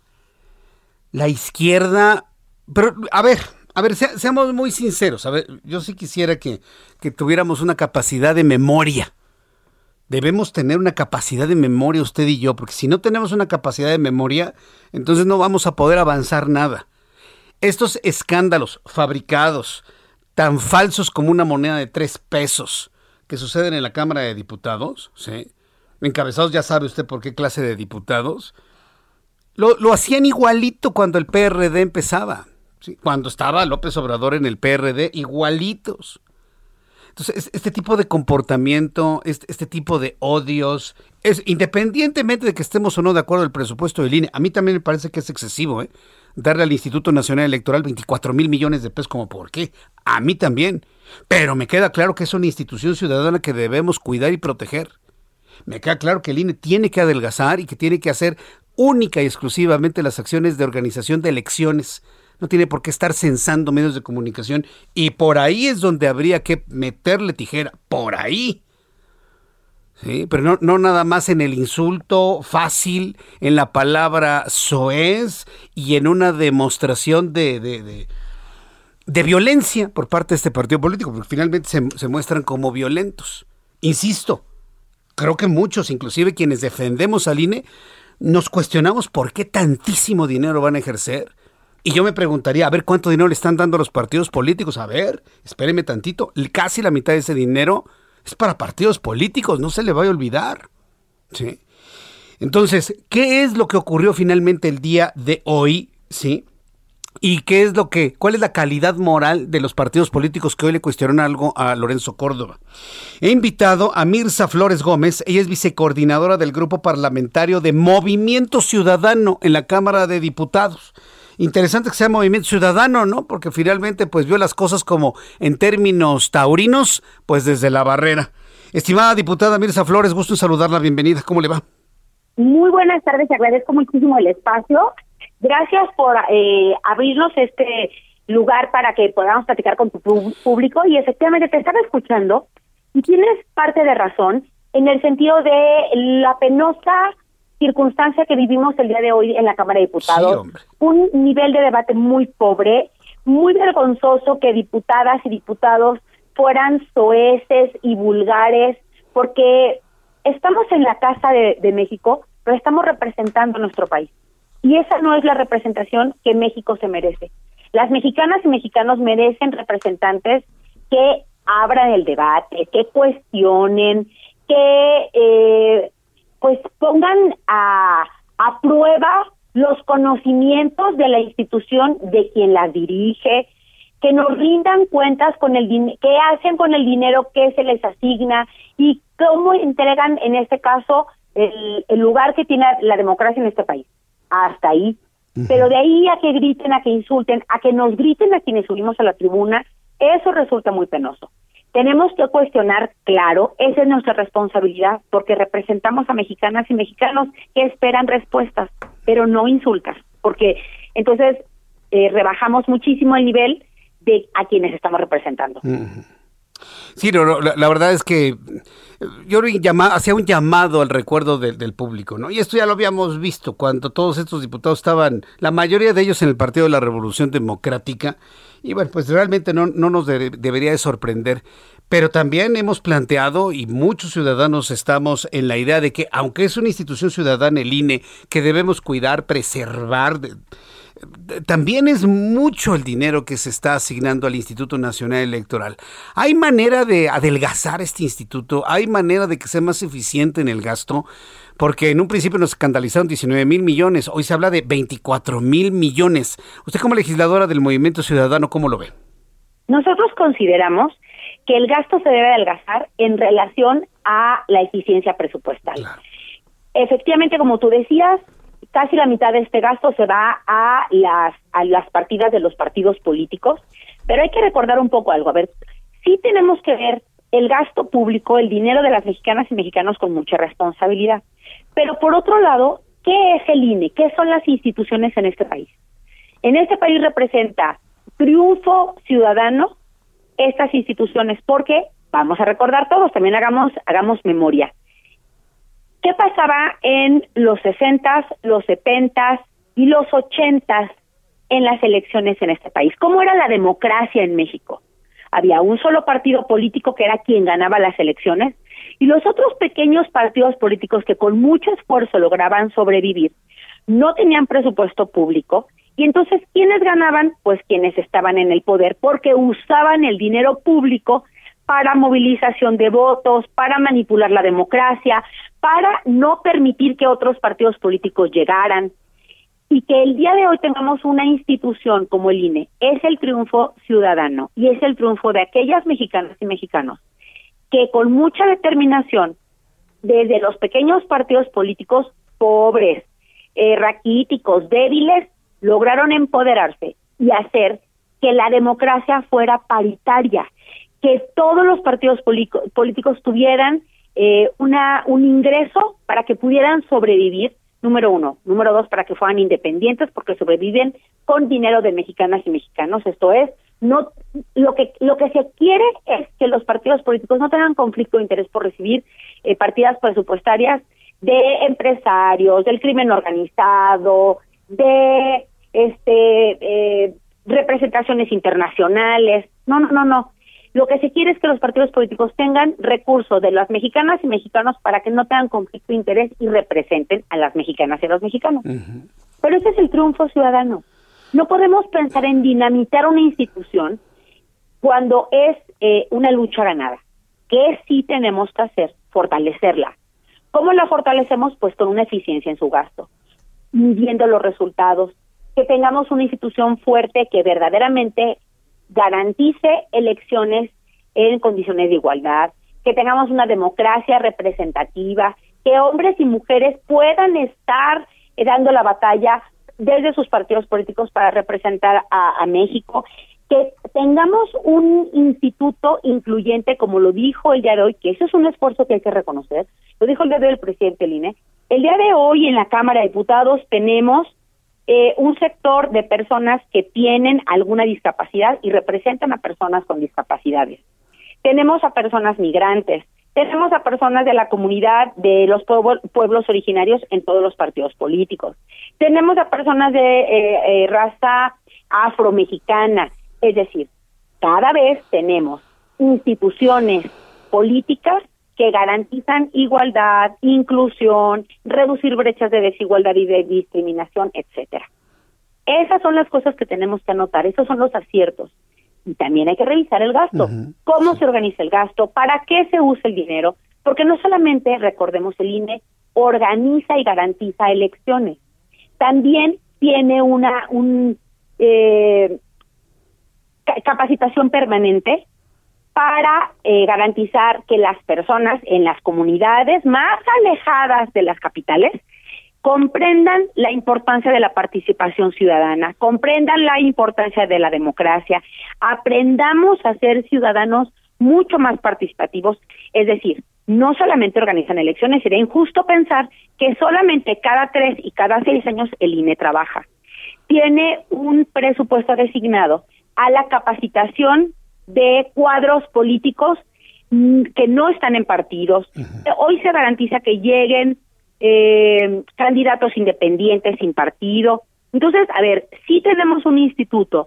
La izquierda... Pero, a ver, a ver, se, seamos muy sinceros. A ver, yo sí quisiera que, que tuviéramos una capacidad de memoria. Debemos tener una capacidad de memoria usted y yo, porque si no tenemos una capacidad de memoria, entonces no vamos a poder avanzar nada. Estos escándalos fabricados, tan falsos como una moneda de tres pesos que suceden en la Cámara de Diputados, ¿sí? Encabezados, ya sabe usted por qué clase de diputados, lo, lo hacían igualito cuando el P R D empezaba, ¿sí? Cuando estaba López Obrador en el P R D, igualitos. Entonces, este tipo de comportamiento, este, este tipo de odios, es independientemente de que estemos o no de acuerdo el presupuesto del I N E, a mí también me parece que es excesivo, ¿eh? Darle al Instituto Nacional Electoral veinticuatro mil millones de pesos, como por qué, a mí también, pero me queda claro que es una institución ciudadana que debemos cuidar y proteger. Me queda claro que el I N E tiene que adelgazar y que tiene que hacer única y exclusivamente las acciones de organización de elecciones. No tiene por qué estar censando medios de comunicación y por ahí es donde habría que meterle tijera, por ahí. Sí, pero no, no nada más en el insulto fácil, en la palabra soez y en una demostración de, de, de, de violencia por parte de este partido político, porque finalmente se, se muestran como violentos. Insisto, creo que muchos, inclusive quienes defendemos al I N E, nos cuestionamos por qué tantísimo dinero van a ejercer. Y yo me preguntaría, a ver, ¿cuánto dinero le están dando a los partidos políticos? A ver, espéreme tantito, casi la mitad de ese dinero es para partidos políticos, no se le vaya a olvidar. ¿Sí? Entonces, ¿qué es lo que ocurrió finalmente el día de hoy? ¿Sí? ¿Y qué es lo que, cuál es la calidad moral de los partidos políticos que hoy le cuestionaron algo a Lorenzo Córdoba? He invitado a Mirza Flores Gómez, ella es vicecoordinadora del grupo parlamentario de Movimiento Ciudadano en la Cámara de Diputados. Interesante que sea Movimiento Ciudadano, ¿no? Porque finalmente pues vio las cosas como en términos taurinos, pues desde la barrera. Estimada diputada Mirza Flores, gusto en saludarla, bienvenida, ¿cómo le va? Muy buenas tardes, agradezco muchísimo el espacio. Gracias por eh, abrirnos este lugar para que podamos platicar con tu público y efectivamente te estaba escuchando y tienes parte de razón en el sentido de la penosa circunstancia que vivimos el día de hoy en la Cámara de Diputados, sí, un nivel de debate muy pobre, muy vergonzoso que diputadas y diputados fueran soeces y vulgares, porque estamos en la Casa de, de México, pero estamos representando a nuestro país. Y esa no es la representación que México se merece. Las mexicanas y mexicanos merecen representantes que abran el debate, que cuestionen, que... Eh, pues pongan a, a prueba los conocimientos de la institución de quien la dirige, que nos rindan cuentas con el din- qué hacen con el dinero que se les asigna y cómo entregan, en este caso, el, el lugar que tiene la democracia en este país. Hasta ahí. Uh-huh. Pero de ahí a que griten, a que insulten, a que nos griten a quienes subimos a la tribuna, eso resulta muy penoso. Tenemos que cuestionar, claro, esa es nuestra responsabilidad, porque representamos a mexicanas y mexicanos que esperan respuestas, pero no insultas, porque entonces eh, rebajamos muchísimo el nivel de a quienes estamos representando. Uh-huh. Sí, no, no, la, la verdad es que yo llama, hacía un llamado al recuerdo de, del público, ¿no? Y esto ya lo habíamos visto cuando todos estos diputados estaban, la mayoría de ellos en el Partido de la Revolución Democrática, y bueno, pues realmente no, no nos de, debería de sorprender, pero también hemos planteado, y muchos ciudadanos estamos en la idea de que, aunque es una institución ciudadana, el I N E, que debemos cuidar, preservar, de, también es mucho el dinero que se está asignando al Instituto Nacional Electoral. ¿Hay manera de adelgazar este instituto? ¿Hay manera de que sea más eficiente en el gasto? Porque en un principio nos escandalizaron diecinueve mil millones, hoy se habla de veinticuatro mil millones. Usted como legisladora del Movimiento Ciudadano, ¿cómo lo ve? Nosotros consideramos que el gasto se debe adelgazar en relación a la eficiencia presupuestal. Claro. Efectivamente, como tú decías, casi la mitad de este gasto se va a las a las partidas de los partidos políticos, pero hay que recordar un poco algo. A ver, sí tenemos que ver el gasto público, el dinero de las mexicanas y mexicanos con mucha responsabilidad. Pero por otro lado, ¿qué es el I N E? ¿Qué son las instituciones en este país? En este país representa triunfo ciudadano estas instituciones, porque vamos a recordar todos, también hagamos hagamos memoria. ¿Qué pasaba en los sesentas, los setentas y los ochentas en las elecciones en este país? ¿Cómo era la democracia en México? Había un solo partido político que era quien ganaba las elecciones y los otros pequeños partidos políticos que con mucho esfuerzo lograban sobrevivir no tenían presupuesto público y entonces ¿quiénes ganaban? Pues quienes estaban en el poder porque usaban el dinero público para movilización de votos, para manipular la democracia, para no permitir que otros partidos políticos llegaran. Y que el día de hoy tengamos una institución como el I N E es el triunfo ciudadano y es el triunfo de aquellas mexicanas y mexicanos que con mucha determinación, desde los pequeños partidos políticos pobres, eh, raquíticos, débiles, lograron empoderarse y hacer que la democracia fuera paritaria, que todos los partidos políticos tuvieran eh, una un ingreso para que pudieran sobrevivir, número uno. Número dos, para que fueran independientes, porque sobreviven con dinero de mexicanas y mexicanos. Esto es, no lo que lo que se quiere es que los partidos políticos no tengan conflicto de interés por recibir eh, partidas presupuestarias de empresarios, del crimen organizado, de este eh, representaciones internacionales. No, no, no, no. Lo que se quiere es que los partidos políticos tengan recursos de las mexicanas y mexicanos para que no tengan conflicto de interés y representen a las mexicanas y a los mexicanos. Uh-huh. Pero ese es el triunfo ciudadano. No podemos pensar en dinamitar una institución cuando es eh, una lucha ganada. ¿Qué sí tenemos que hacer? Fortalecerla. ¿Cómo la fortalecemos? Pues con una eficiencia en su gasto, midiendo los resultados, que tengamos una institución fuerte que verdaderamente garantice elecciones en condiciones de igualdad, que tengamos una democracia representativa, que hombres y mujeres puedan estar eh, dando la batalla desde sus partidos políticos para representar a, a México, que tengamos un instituto incluyente, como lo dijo el día de hoy, que eso es un esfuerzo que hay que reconocer, lo dijo el día de hoy el presidente del I N E. El día de hoy en la Cámara de Diputados tenemos Eh, un sector de personas que tienen alguna discapacidad y representan a personas con discapacidades. Tenemos a personas migrantes, tenemos a personas de la comunidad de los pueblos, pueblos originarios en todos los partidos políticos. Tenemos a personas de eh, eh, raza afromexicana. Es decir, cada vez tenemos instituciones políticas que garantizan igualdad, inclusión, reducir brechas de desigualdad y de discriminación, etcétera. Esas son las cosas que tenemos que anotar, esos son los aciertos. Y también hay que revisar el gasto, uh-huh. cómo se organiza el gasto, para qué se usa el dinero, porque no solamente, recordemos, el I N E organiza y garantiza elecciones, También tiene una un, eh, capacitación permanente para eh, garantizar que las personas en las comunidades más alejadas de las capitales comprendan la importancia de la participación ciudadana, comprendan la importancia de la democracia, aprendamos a ser ciudadanos mucho más participativos, es decir, no solamente organizan elecciones, sería injusto pensar que solamente cada tres y cada seis años el I N E trabaja. Tiene un presupuesto designado a la capacitación de cuadros políticos mmm, que no están en partidos. Uh-huh. Hoy se garantiza que lleguen eh, candidatos independientes sin partido. Entonces, a ver, sí tenemos un instituto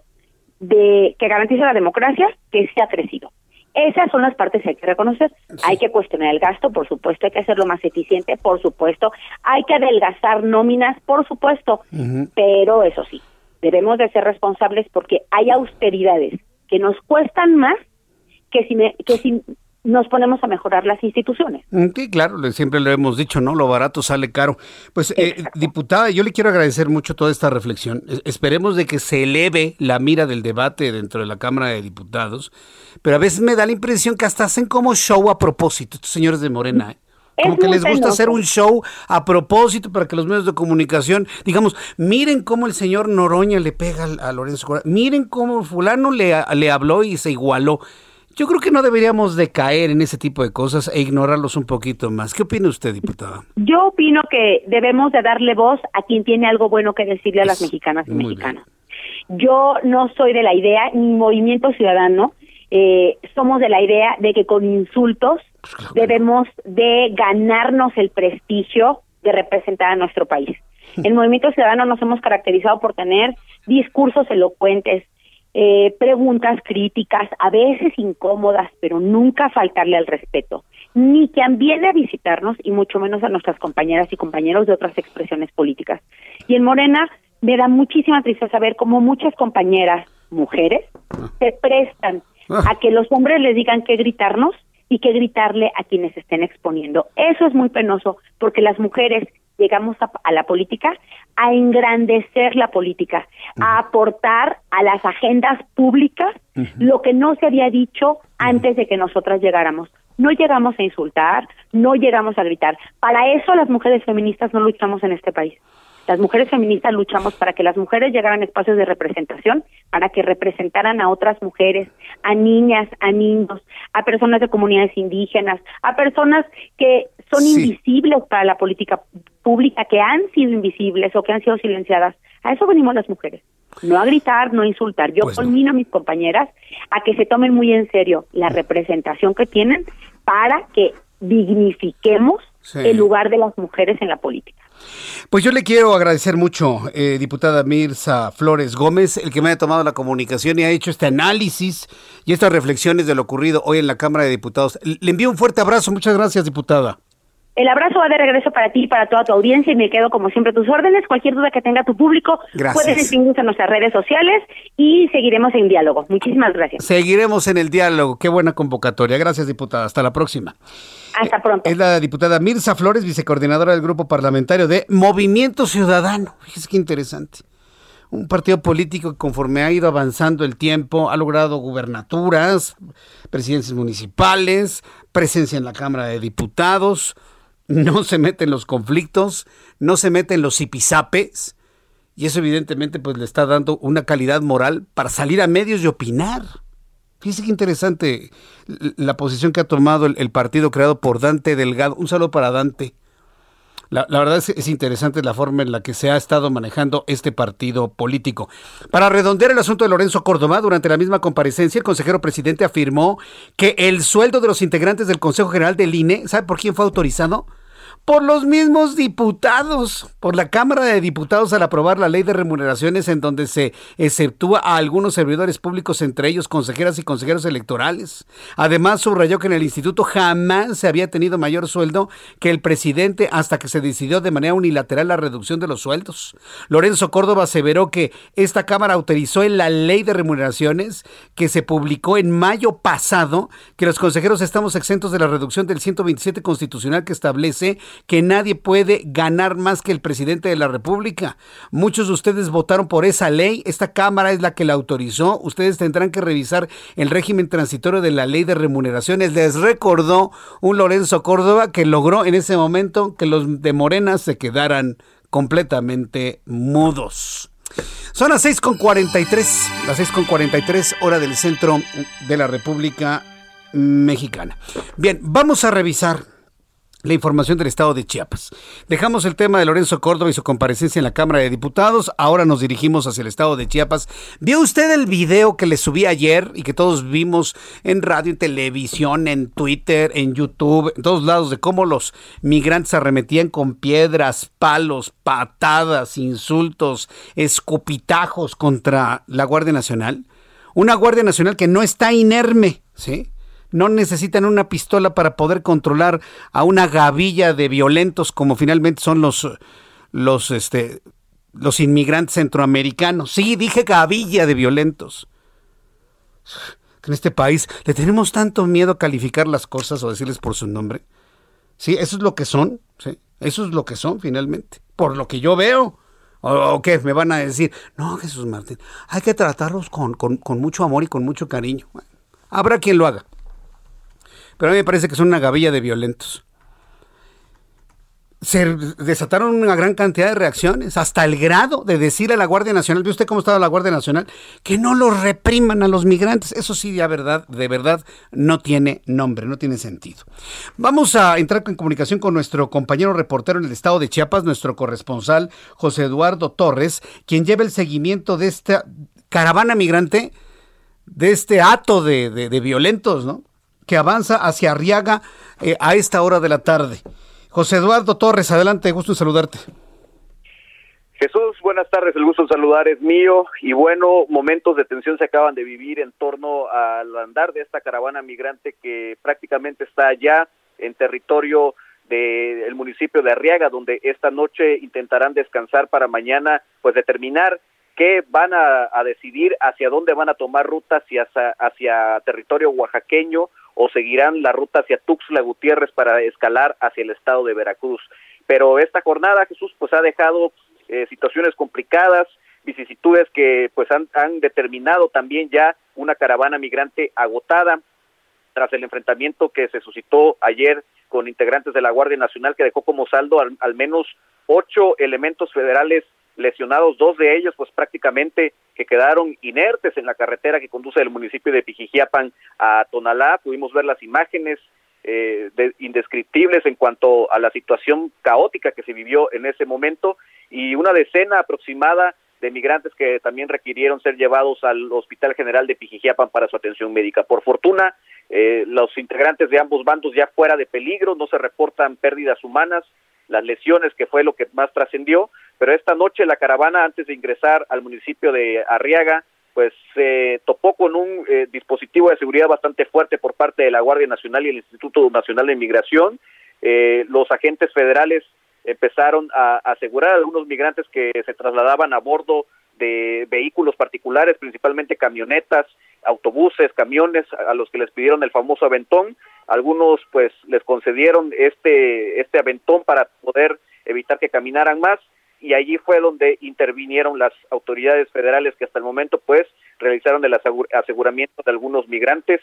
de que garantiza la democracia que sí ha crecido. Esas son las partes que hay que reconocer. Sí. Hay que cuestionar el gasto, por supuesto, hay que hacerlo más eficiente, por supuesto, hay que adelgazar nóminas, por supuesto, uh-huh. pero eso sí, debemos de ser responsables porque hay austeridades que nos cuestan más que si, me, que si nos ponemos a mejorar las instituciones. Sí, claro, siempre lo hemos dicho, ¿no? Lo barato sale caro. Pues, eh, diputada, yo le quiero agradecer mucho toda esta reflexión. Esperemos de que se eleve la mira del debate dentro de la Cámara de Diputados, pero a veces me da la impresión que hasta hacen como show a propósito, estos señores de Morena, ¿eh? Como que les gusta penoso. hacer un show a propósito para que los medios de comunicación, digamos, miren cómo el señor Noroña le pega a Lorenzo Córdoba, miren cómo fulano le, le habló y se igualó. Yo creo que no deberíamos de caer en ese tipo de cosas e ignorarlos un poquito más. ¿Qué opina usted, diputada? Yo opino que debemos de darle voz a quien tiene algo bueno que decirle a las mexicanas y mexicanos. Bien. Yo no soy de la idea, ni Movimiento Ciudadano, eh, somos de la idea de que con insultos pues claro que debemos no. de ganarnos el prestigio de representar a nuestro país. El Movimiento Ciudadano nos hemos caracterizado por tener discursos elocuentes, eh, preguntas críticas, a veces incómodas, pero nunca faltarle al respeto. Ni quien viene a visitarnos, y mucho menos a nuestras compañeras y compañeros de otras expresiones políticas. Y en Morena me da muchísima tristeza ver cómo muchas compañeras, mujeres, se prestan a que los hombres les digan qué gritarnos y qué gritarle a quienes estén exponiendo. Eso es muy penoso, porque las mujeres llegamos a, a la política a engrandecer la política, uh-huh. a aportar a las agendas públicas uh-huh. lo que no se había dicho uh-huh. antes de que nosotras llegáramos. No llegamos a insultar, no llegamos a gritar. Para eso las mujeres feministas no luchamos en este país. Las mujeres feministas luchamos para que las mujeres llegaran a espacios de representación, para que representaran a otras mujeres, a niñas, a niños, a personas de comunidades indígenas, a personas que son sí. invisibles para la política pública, que han sido invisibles o que han sido silenciadas. A eso venimos las mujeres, no a gritar, no a insultar. Yo pues conmino no. a mis compañeras a que se tomen muy en serio la representación que tienen para que dignifiquemos sí. el lugar de las mujeres en la política. Pues yo le quiero agradecer mucho, eh, diputada Mirza Flores Gómez, el que me haya tomado la comunicación y ha hecho este análisis y estas reflexiones de lo ocurrido hoy en la Cámara de Diputados. Le envío un fuerte abrazo. Muchas gracias, diputada. El abrazo va de regreso para ti y para toda tu audiencia y me quedo como siempre a tus órdenes. Cualquier duda que tenga tu público, gracias. Puedes escribirnos en nuestras redes sociales y seguiremos en diálogo. Muchísimas gracias. Seguiremos en el diálogo. Qué buena convocatoria. Gracias, diputada. Hasta la próxima. Hasta pronto. Es la diputada Mirza Flores, vicecoordinadora del grupo parlamentario de Movimiento Ciudadano. Fíjese qué interesante. Un partido político que conforme ha ido avanzando el tiempo ha logrado gubernaturas, presidencias municipales, presencia en la Cámara de Diputados, no se mete en los conflictos, no se mete en los zipizapes, y eso evidentemente pues le está dando una calidad moral para salir a medios y opinar. Fíjese qué interesante la posición que ha tomado el, el partido creado por Dante Delgado. Un saludo para Dante. La, la verdad es, es interesante la forma en la que se ha estado manejando este partido político. Para redondear el asunto de Lorenzo Córdoba, durante la misma comparecencia, el consejero presidente afirmó que el sueldo de los integrantes del Consejo General del I N E, ¿sabe por quién fue autorizado? Por los mismos diputados, por la Cámara de Diputados al aprobar la ley de remuneraciones en donde se exceptúa a algunos servidores públicos, entre ellos consejeras y consejeros electorales. Además, subrayó que en el instituto jamás se había tenido mayor sueldo que el presidente hasta que se decidió de manera unilateral la reducción de los sueldos. Lorenzo Córdoba aseveró que esta Cámara autorizó en la ley de remuneraciones que se publicó en mayo pasado que los consejeros estamos exentos de la reducción del ciento veintisiete constitucional que establece que nadie puede ganar más que el presidente de la República. Muchos de ustedes votaron por esa ley, esta Cámara es la que la autorizó, ustedes tendrán que revisar el régimen transitorio de la ley de remuneraciones. Les recordó un Lorenzo Córdoba que logró en ese momento que los de Morena se quedaran completamente mudos. Son las seis con cuarenta y tres, las seis con cuarenta y tres, hora del centro de la República Mexicana. Bien, vamos a revisar la información del estado de Chiapas. Dejamos el tema de Lorenzo Córdoba y su comparecencia en la Cámara de Diputados. Ahora nos dirigimos hacia el estado de Chiapas. ¿Vio usted el video que le subí ayer y que todos vimos en radio, en televisión, en Twitter, en YouTube, en todos lados, de cómo los migrantes arremetían con piedras, palos, patadas, insultos, escupitajos contra la Guardia Nacional? Una Guardia Nacional que no está inerme, ¿sí? No necesitan una pistola para poder controlar a una gavilla de violentos como finalmente son los, los, este, los inmigrantes centroamericanos. Sí, dije gavilla de violentos. En este país le tenemos tanto miedo a calificar las cosas o decirles por su nombre. Sí, eso es lo que son, sí, eso es lo que son finalmente, por lo que yo veo. ¿O, o qué? Me van a decir, no, Jesús Martín, hay que tratarlos con, con, con mucho amor y con mucho cariño. Bueno, habrá quien lo haga. Pero a mí me parece que son una gavilla de violentos. Se desataron una gran cantidad de reacciones, hasta el grado de decir a la Guardia Nacional, ¿ve usted cómo estaba la Guardia Nacional? Que no los repriman a los migrantes. Eso sí, de verdad, de verdad, no tiene nombre, no tiene sentido. Vamos a entrar en comunicación con nuestro compañero reportero en el estado de Chiapas, nuestro corresponsal José Eduardo Torres, quien lleva el seguimiento de esta caravana migrante, de este hato de, de, de violentos, ¿no?, que avanza hacia Arriaga eh, a esta hora de la tarde. José Eduardo Torres, adelante, gusto en saludarte. Jesús, buenas tardes, el gusto en saludar es mío, y bueno, momentos de tensión se acaban de vivir en torno al andar de esta caravana migrante que prácticamente está ya en territorio del municipio de Arriaga, donde esta noche intentarán descansar para mañana, pues determinar qué van a, a decidir, hacia dónde van a tomar ruta, si hacia, hacia territorio oaxaqueño o seguirán la ruta hacia Tuxtla Gutiérrez para escalar hacia el estado de Veracruz. Pero esta jornada, Jesús, pues ha dejado eh, situaciones complicadas, vicisitudes que pues han, han determinado también ya una caravana migrante agotada tras el enfrentamiento que se suscitó ayer con integrantes de la Guardia Nacional, que dejó como saldo al, al menos ocho elementos federales lesionados, dos de ellos pues prácticamente que quedaron inertes en la carretera que conduce del municipio de Pijijiapan a Tonalá. Pudimos ver las imágenes eh, de, indescriptibles en cuanto a la situación caótica que se vivió en ese momento, y una decena aproximada de migrantes que también requirieron ser llevados al Hospital General de Pijijiapan para su atención médica. Por fortuna, eh, los integrantes de ambos bandos ya fuera de peligro, no se reportan pérdidas humanas, las lesiones, que fue lo que más trascendió, pero esta noche la caravana, antes de ingresar al municipio de Arriaga, pues se eh, topó con un eh, dispositivo de seguridad bastante fuerte por parte de la Guardia Nacional y el Instituto Nacional de Migración. Eh, los agentes federales empezaron a, a asegurar a algunos migrantes que se trasladaban a bordo de vehículos particulares, principalmente camionetas, autobuses, camiones, a los que les pidieron el famoso aventón. Algunos pues les concedieron este este aventón para poder evitar que caminaran más, y allí fue donde intervinieron las autoridades federales, que hasta el momento pues realizaron el aseguramiento de algunos migrantes.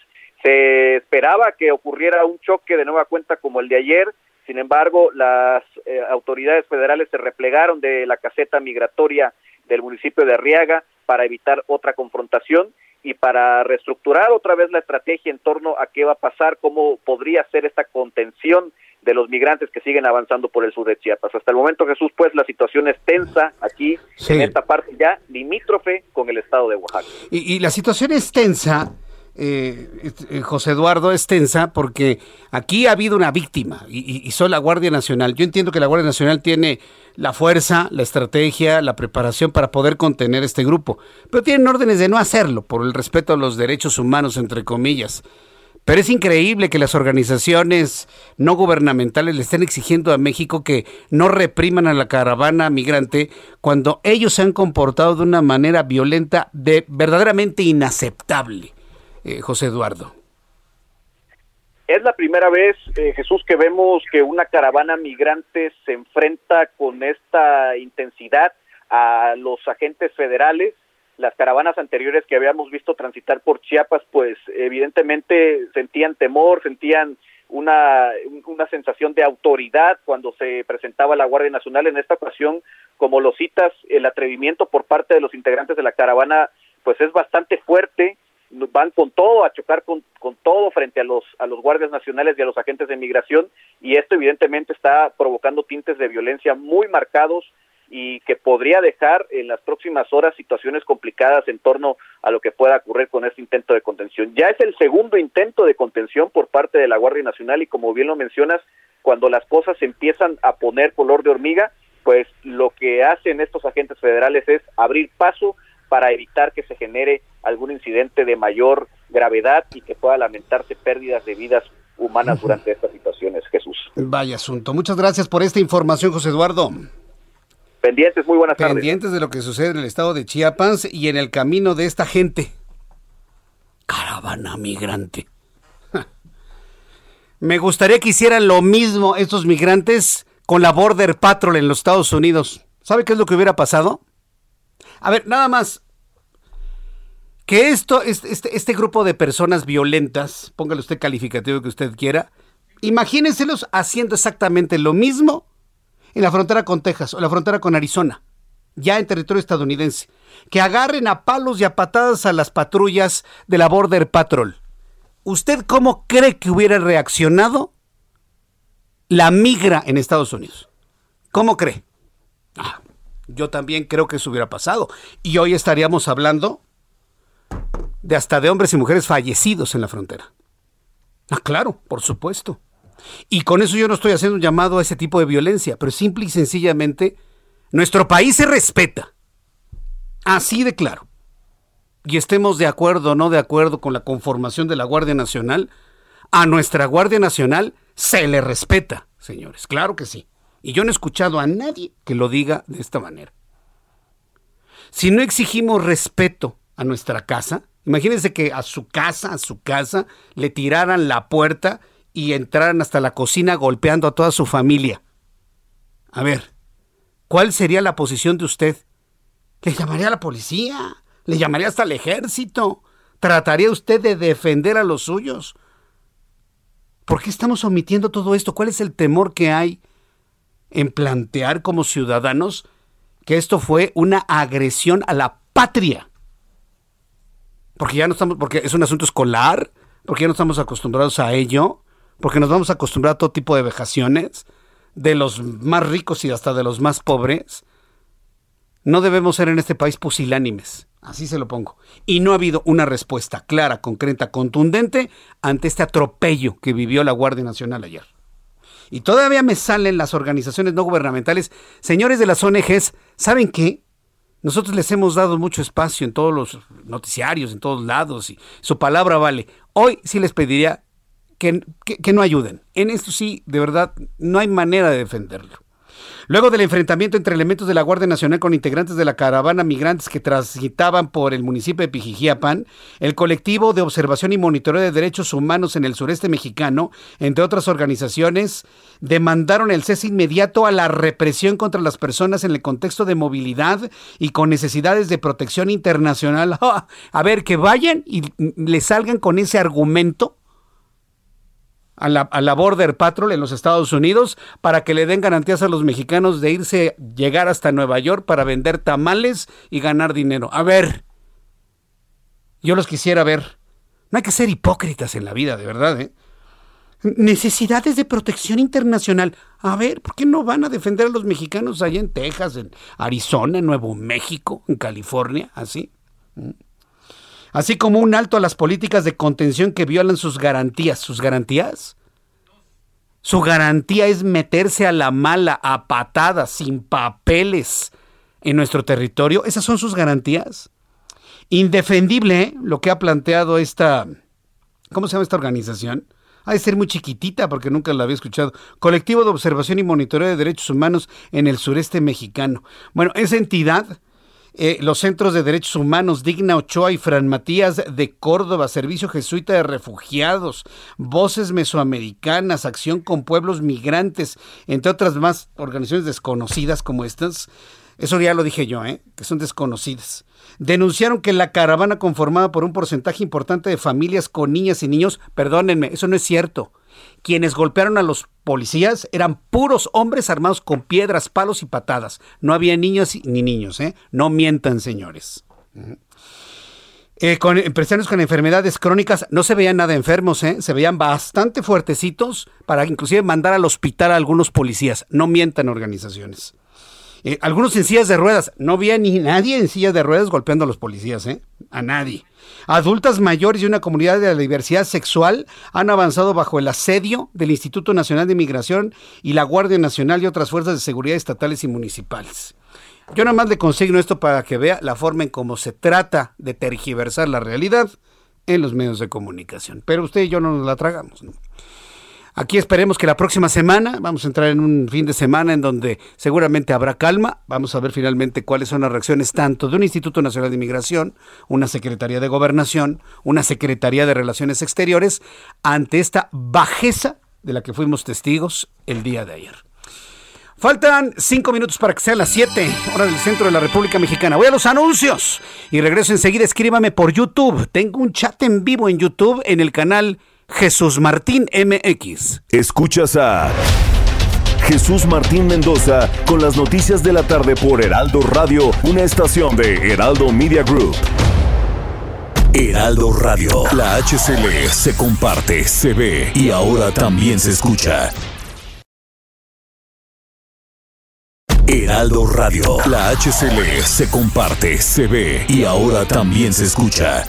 Se esperaba que ocurriera un choque de nueva cuenta como el de ayer. Sin embargo, las eh, autoridades federales se replegaron de la caseta migratoria del municipio de Arriaga para evitar otra confrontación y para reestructurar otra vez la estrategia en torno a qué va a pasar, cómo podría ser esta contención de los migrantes que siguen avanzando por el sur de Chiapas. Hasta el momento, Jesús, pues la situación es tensa aquí, sí, en esta parte ya limítrofe con el estado de Oaxaca. Y, y la situación es tensa, eh, eh, José Eduardo, es tensa porque aquí ha habido una víctima y, y, y son la Guardia Nacional. Yo entiendo que la Guardia Nacional tiene la fuerza, la estrategia, la preparación para poder contener este grupo, pero tienen órdenes de no hacerlo por el respeto a los derechos humanos, entre comillas. Pero es increíble que las organizaciones no gubernamentales le estén exigiendo a México que no repriman a la caravana migrante cuando ellos se han comportado de una manera violenta, de verdaderamente inaceptable, eh, José Eduardo. Es la primera vez, eh, Jesús, que vemos que una caravana migrante se enfrenta con esta intensidad a los agentes federales. Las caravanas anteriores que habíamos visto transitar por Chiapas, pues evidentemente sentían temor, sentían una, una sensación de autoridad cuando se presentaba la Guardia Nacional. En esta ocasión, como lo citas, el atrevimiento por parte de los integrantes de la caravana pues es bastante fuerte. Van con todo, a chocar con, con todo frente a los a los guardias nacionales y a los agentes de migración, y esto evidentemente está provocando tintes de violencia muy marcados y que podría dejar en las próximas horas situaciones complicadas en torno a lo que pueda ocurrir con este intento de contención. Ya es el segundo intento de contención por parte de la Guardia Nacional, y como bien lo mencionas, cuando las cosas se empiezan a poner color de hormiga, pues lo que hacen estos agentes federales es abrir paso para evitar que se genere algún incidente de mayor gravedad y que pueda lamentarse pérdidas de vidas humanas durante estas situaciones, Jesús. Vaya asunto. Muchas gracias por esta información, José Eduardo. Pendientes, muy buenas tardes. Pendientes de lo que sucede en el estado de Chiapas y en el camino de esta gente. Caravana migrante. Me gustaría que hicieran lo mismo estos migrantes con la Border Patrol en los Estados Unidos. ¿Sabe qué es lo que hubiera pasado? A ver, nada más, que esto, este, este, este grupo de personas violentas, póngale usted calificativo que usted quiera, imagínenselos haciendo exactamente lo mismo en la frontera con Texas o la frontera con Arizona, ya en territorio estadounidense, que agarren a palos y a patadas a las patrullas de la Border Patrol. ¿Usted cómo cree que hubiera reaccionado la migra en Estados Unidos? ¿Cómo cree? Ah. Yo también creo que eso hubiera pasado. Y hoy estaríamos hablando de hasta de hombres y mujeres fallecidos en la frontera. Ah, claro, por supuesto. Y con eso yo no estoy haciendo un llamado a ese tipo de violencia, pero simple y sencillamente, nuestro país se respeta. Así de claro. Y estemos de acuerdo o no de acuerdo con la conformación de la Guardia Nacional, a nuestra Guardia Nacional se le respeta, señores. Claro que sí. Y yo no he escuchado a nadie que lo diga de esta manera. Si no exigimos respeto a nuestra casa, imagínense que a su casa, a su casa, le tiraran la puerta y entraran hasta la cocina golpeando a toda su familia. A ver, ¿cuál sería la posición de usted? ¿Le llamaría a la policía? ¿Le llamaría hasta al ejército? ¿Trataría usted de defender a los suyos? ¿Por qué estamos omitiendo todo esto? ¿Cuál es el temor que hay en plantear como ciudadanos que esto fue una agresión a la patria? Porque ya no estamos, porque es un asunto escolar, porque ya no estamos acostumbrados a ello, porque nos vamos a acostumbrar a todo tipo de vejaciones, de los más ricos y hasta de los más pobres. No debemos ser en este país pusilánimes, así se lo pongo. Y no ha habido una respuesta clara, concreta, contundente ante este atropello que vivió la Guardia Nacional ayer. Y todavía me salen las organizaciones no gubernamentales. Señores de las O N Ges, ¿saben qué? Nosotros les hemos dado mucho espacio en todos los noticiarios, en todos lados, y su palabra vale. Hoy sí les pediría que, que, que no ayuden. En esto sí, de verdad, no hay manera de defenderlo. Luego del enfrentamiento entre elementos de la Guardia Nacional con integrantes de la caravana migrantes que transitaban por el municipio de Pijijiapan, el colectivo de observación y monitoreo de derechos humanos en el sureste mexicano, entre otras organizaciones, demandaron el cese inmediato a la represión contra las personas en el contexto de movilidad y con necesidades de protección internacional. A ver, que vayan y le salgan con ese argumento A la, a la Border Patrol en los Estados Unidos para que le den garantías a los mexicanos de irse, llegar hasta Nueva York para vender tamales y ganar dinero. A ver, yo los quisiera ver. No hay que ser hipócritas en la vida, de verdad, ¿eh? Necesidades de protección internacional. A ver, ¿por qué no van a defender a los mexicanos allá en Texas, en Arizona, en Nuevo México, en California, así? Así como un alto a las políticas de contención que violan sus garantías. ¿Sus garantías? Su garantía es meterse a la mala, a patadas, sin papeles en nuestro territorio. ¿Esas son sus garantías? Indefendible, ¿eh? Lo que ha planteado esta... ¿Cómo se llama esta organización? Ha de ser muy chiquitita porque nunca la había escuchado. Colectivo de Observación y Monitoreo de Derechos Humanos en el Sureste Mexicano. Bueno, esa entidad eh, los centros de derechos humanos Digna Ochoa y Fran Matías de Córdoba, Servicio Jesuita de Refugiados, Voces Mesoamericanas, Acción con Pueblos Migrantes, entre otras más organizaciones desconocidas como estas. Eso ya lo dije yo, ¿eh? que son desconocidas. Denunciaron que la caravana conformada por un porcentaje importante de familias con niñas y niños, perdónenme, eso no es cierto. Quienes golpearon a los policías eran puros hombres armados con piedras, palos y patadas. No había niños ni niños, ¿eh? No mientan, señores. Eh, con empresarios con enfermedades crónicas no se veían nada enfermos, ¿eh? Se veían bastante fuertecitos para inclusive mandar al hospital a algunos policías. No mientan, organizaciones. Eh, algunos en sillas de ruedas. No había ni nadie en sillas de ruedas golpeando a los policías, ¿eh? A nadie. Adultas mayores y una comunidad de la diversidad sexual han avanzado bajo el asedio del Instituto Nacional de Migración y la Guardia Nacional y otras fuerzas de seguridad estatales y municipales. Yo nada más le consigno esto para que vea la forma en cómo se trata de tergiversar la realidad en los medios de comunicación. Pero usted y yo no nos la tragamos, ¿no? Aquí esperemos que la próxima semana, vamos a entrar en un fin de semana en donde seguramente habrá calma. Vamos a ver finalmente cuáles son las reacciones tanto de un Instituto Nacional de Migración, una Secretaría de Gobernación, una Secretaría de Relaciones Exteriores, ante esta bajeza de la que fuimos testigos el día de ayer. Faltan cinco minutos para que sean las siete, hora del centro de la República Mexicana. Voy a los anuncios y regreso enseguida. Escríbame por YouTube. Tengo un chat en vivo en YouTube en el canal Jesús Martín M X. Escuchas a Jesús Martín Mendoza con las noticias de la tarde por Heraldo Radio, una estación de Heraldo Media Group. Heraldo Radio, la H C L se comparte, se ve y ahora también se escucha. Heraldo Radio, la H C L se comparte, se ve y ahora también se escucha.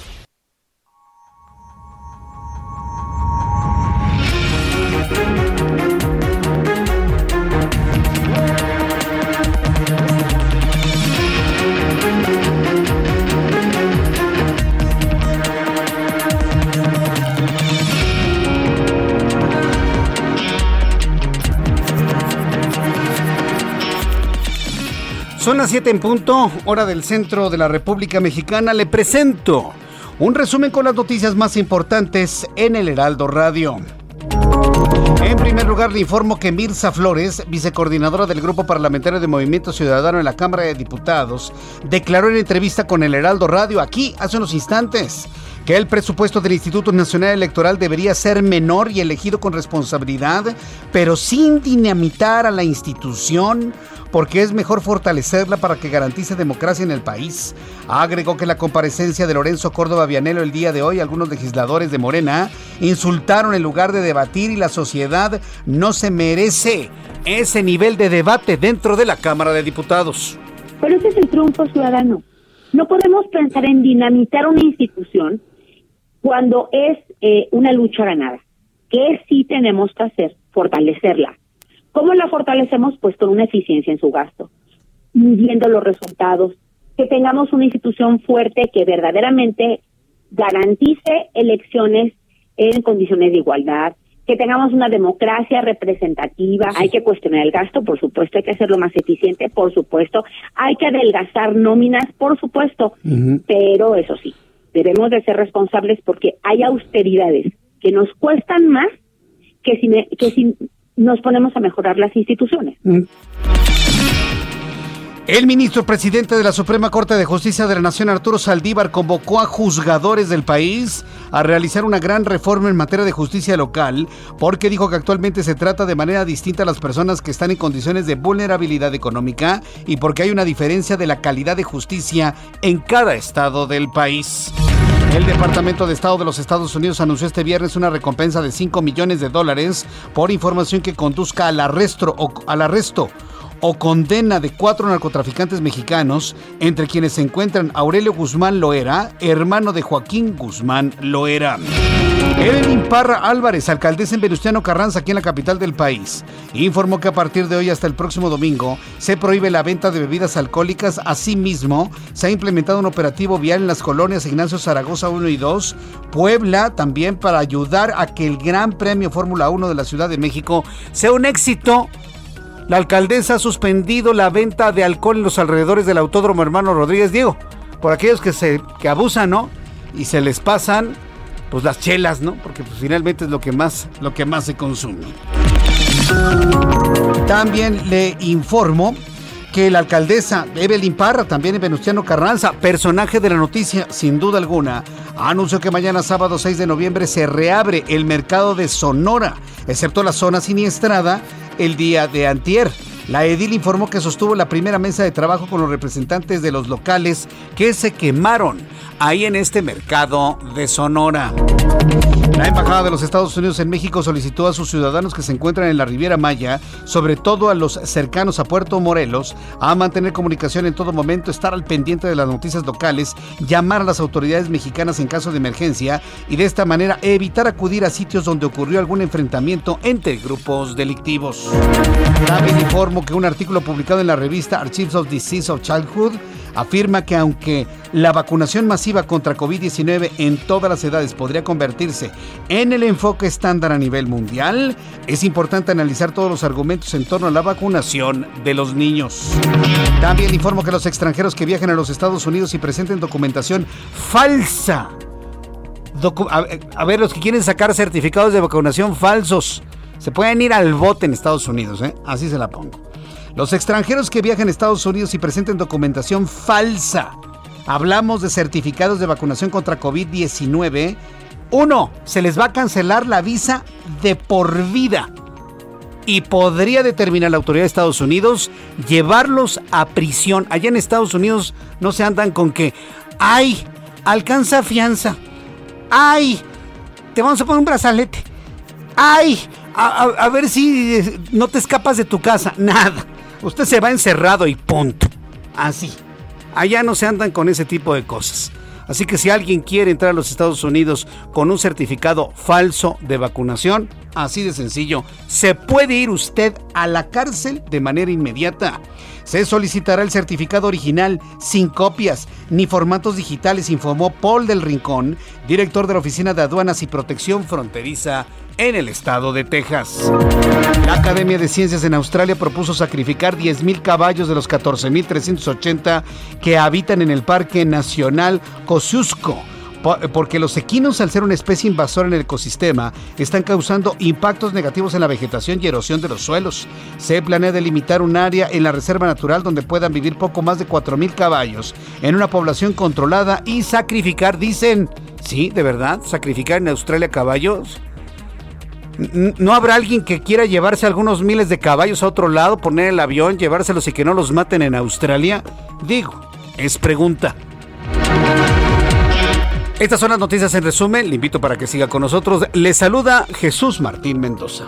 Son las siete en punto, hora del centro de la República Mexicana. Le presento un resumen con las noticias más importantes en el Heraldo Radio. En primer lugar, le informo que Mirza Flores, vicecoordinadora del Grupo Parlamentario de Movimiento Ciudadano en la Cámara de Diputados, declaró en entrevista con el Heraldo Radio aquí hace unos instantes que el presupuesto del Instituto Nacional Electoral debería ser menor y elegido con responsabilidad, pero sin dinamitar a la institución, porque es mejor fortalecerla para que garantice democracia en el país. Agregó que la comparecencia de Lorenzo Córdoba Vianello el día de hoy, algunos legisladores de Morena insultaron en lugar de debatir y la sociedad no se merece ese nivel de debate dentro de la Cámara de Diputados. Pero ese es el triunfo ciudadano. No podemos pensar en dinamitar una institución cuando es eh, una lucha ganada. ¿Qué sí tenemos que hacer? Fortalecerla. ¿Cómo la fortalecemos? Pues con una eficiencia en su gasto, midiendo los resultados, que tengamos una institución fuerte que verdaderamente garantice elecciones en condiciones de igualdad, que tengamos una democracia representativa. Hay que cuestionar el gasto, por supuesto, hay que hacerlo más eficiente, por supuesto, hay que adelgazar nóminas, por supuesto, uh-huh. Pero eso sí, debemos de ser responsables porque hay austeridades que nos cuestan más que si, me, que si nos ponemos a mejorar las instituciones. Uh-huh. El ministro presidente de la Suprema Corte de Justicia de la Nación, Arturo Saldívar, convocó a juzgadores del país a realizar una gran reforma en materia de justicia local, porque dijo que actualmente se trata de manera distinta a las personas que están en condiciones de vulnerabilidad económica y porque hay una diferencia de la calidad de justicia en cada estado del país. El Departamento de Estado de los Estados Unidos anunció este viernes una recompensa de cinco millones de dólares por información que conduzca al arresto o, al arresto o condena de cuatro narcotraficantes mexicanos, entre quienes se encuentran Aurelio Guzmán Loera, hermano de Joaquín Guzmán Loera. Evelyn Parra Álvarez, alcaldesa en Venustiano Carranza, aquí en la capital del país, informó que a partir de hoy hasta el próximo domingo se prohíbe la venta de bebidas alcohólicas. Asimismo, se ha implementado un operativo vial en las colonias Ignacio Zaragoza uno y dos, Puebla, también para ayudar a que el Gran Premio Fórmula uno de la Ciudad de México sea un éxito La alcaldesa ha suspendido la venta de alcohol en los alrededores del Autódromo Hermano Rodríguez, Diego, por aquellos que se que abusan, ¿no? Y se les pasan pues las chelas, ¿no? Porque pues, finalmente es lo que más lo que más se consume. También le informo que la alcaldesa Evelyn Parra, también en Venustiano Carranza, personaje de la noticia sin duda alguna, anunció que mañana sábado seis de noviembre se reabre el mercado de Sonora, excepto la zona siniestrada el día de antier. La edil informó que sostuvo la primera mesa de trabajo con los representantes de los locales que se quemaron ahí en este mercado de Sonora. La Embajada de los Estados Unidos en México solicitó a sus ciudadanos que se encuentran en la Riviera Maya, sobre todo a los cercanos a Puerto Morelos, a mantener comunicación en todo momento, estar al pendiente de las noticias locales, llamar a las autoridades mexicanas en caso de emergencia y de esta manera evitar acudir a sitios donde ocurrió algún enfrentamiento entre grupos delictivos. También informo que un artículo publicado en la revista Archives of Disease of Childhood afirma que aunque la vacunación masiva contra COVID diecinueve en todas las edades podría convertirse en el enfoque estándar a nivel mundial, es importante analizar todos los argumentos en torno a la vacunación de los niños. También informo que los extranjeros que viajen a los Estados Unidos y presenten documentación falsa, docu- a, a ver, los que quieren sacar certificados de vacunación falsos, se pueden ir al bote en Estados Unidos, ¿eh? Así se la pongo. Los extranjeros que viajan a Estados Unidos y presenten documentación falsa, hablamos de certificados de vacunación contra COVID diecinueve, uno, se les va a cancelar la visa de por vida y podría determinar la autoridad de Estados Unidos llevarlos a prisión. Allá en Estados Unidos no se andan con que, ay, alcanza fianza, ay, te vamos a poner un brazalete, ay, a, a, a ver si no te escapas de tu casa, nada. Usted se va encerrado y punto. Así. Allá no se andan con ese tipo de cosas. Así que si alguien quiere entrar a los Estados Unidos con un certificado falso de vacunación, así de sencillo, se puede ir usted a la cárcel de manera inmediata. Se solicitará el certificado original sin copias ni formatos digitales, informó Paul del Rincón, director de la Oficina de Aduanas y Protección Fronteriza en el estado de Texas. La Academia de Ciencias en Australia propuso sacrificar diez mil caballos de los catorce mil trescientos ochenta que habitan en el Parque Nacional Kosciuszko, porque los equinos, al ser una especie invasora en el ecosistema, están causando impactos negativos en la vegetación y erosión de los suelos. Se planea delimitar un área en la reserva natural donde puedan vivir poco más de cuatro mil caballos en una población controlada y sacrificar, dicen, sí, de verdad, sacrificar en Australia caballos. ¿No habrá alguien que quiera llevarse algunos miles de caballos a otro lado, poner el avión, llevárselos y que no los maten en Australia? Digo, es pregunta. Estas son las noticias en resumen. Le invito para que siga con nosotros. Le saluda Jesús Martín Mendoza.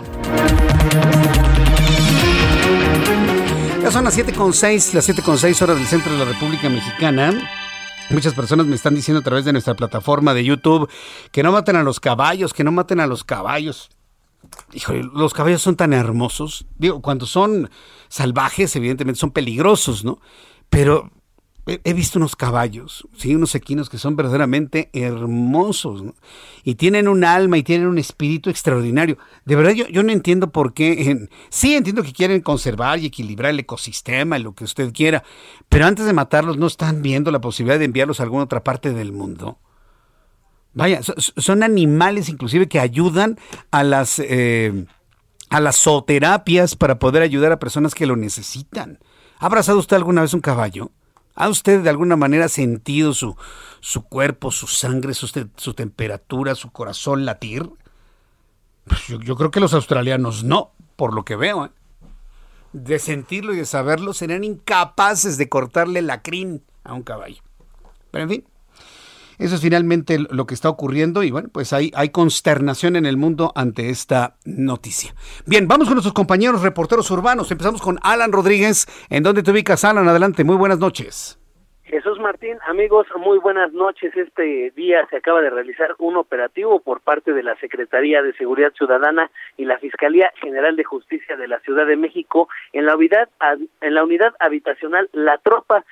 Ya son las siete con seis, las siete con seis horas del centro de la República Mexicana. Muchas personas me están diciendo a través de nuestra plataforma de YouTube que no maten a los caballos, que no maten a los caballos. Híjole, los caballos son tan hermosos. Digo, cuando son salvajes, evidentemente son peligrosos, ¿no? Pero he, he visto unos caballos, sí, unos equinos que son verdaderamente hermosos, ¿no? Y tienen un alma y tienen un espíritu extraordinario. De verdad, yo, yo no entiendo por qué. En, sí, entiendo que quieren conservar y equilibrar el ecosistema y lo que usted quiera, pero antes de matarlos, ¿no están viendo la posibilidad de enviarlos a alguna otra parte del mundo? Vaya, son animales inclusive que ayudan a las eh, a las zooterapias para poder ayudar a personas que lo necesitan. ¿Ha abrazado usted alguna vez un caballo? ¿Ha usted de alguna manera sentido su, su cuerpo, su sangre, su, su temperatura, su corazón latir? Pues yo, yo creo que los australianos no, por lo que veo, ¿eh? De sentirlo y de saberlo, serían incapaces de cortarle la crin a un caballo. Pero en fin. Eso es finalmente lo que está ocurriendo y bueno, pues hay, hay consternación en el mundo ante esta noticia. Bien, vamos con nuestros compañeros reporteros urbanos. Empezamos con Alan Rodríguez. ¿En dónde te ubicas, Alan? Adelante, muy buenas noches. Jesús Martín, amigos, muy buenas noches. Este día se acaba de realizar un operativo por parte de la Secretaría de Seguridad Ciudadana y la Fiscalía General de Justicia de la Ciudad de México en la unidad en la unidad habitacional La Tropa, ubicada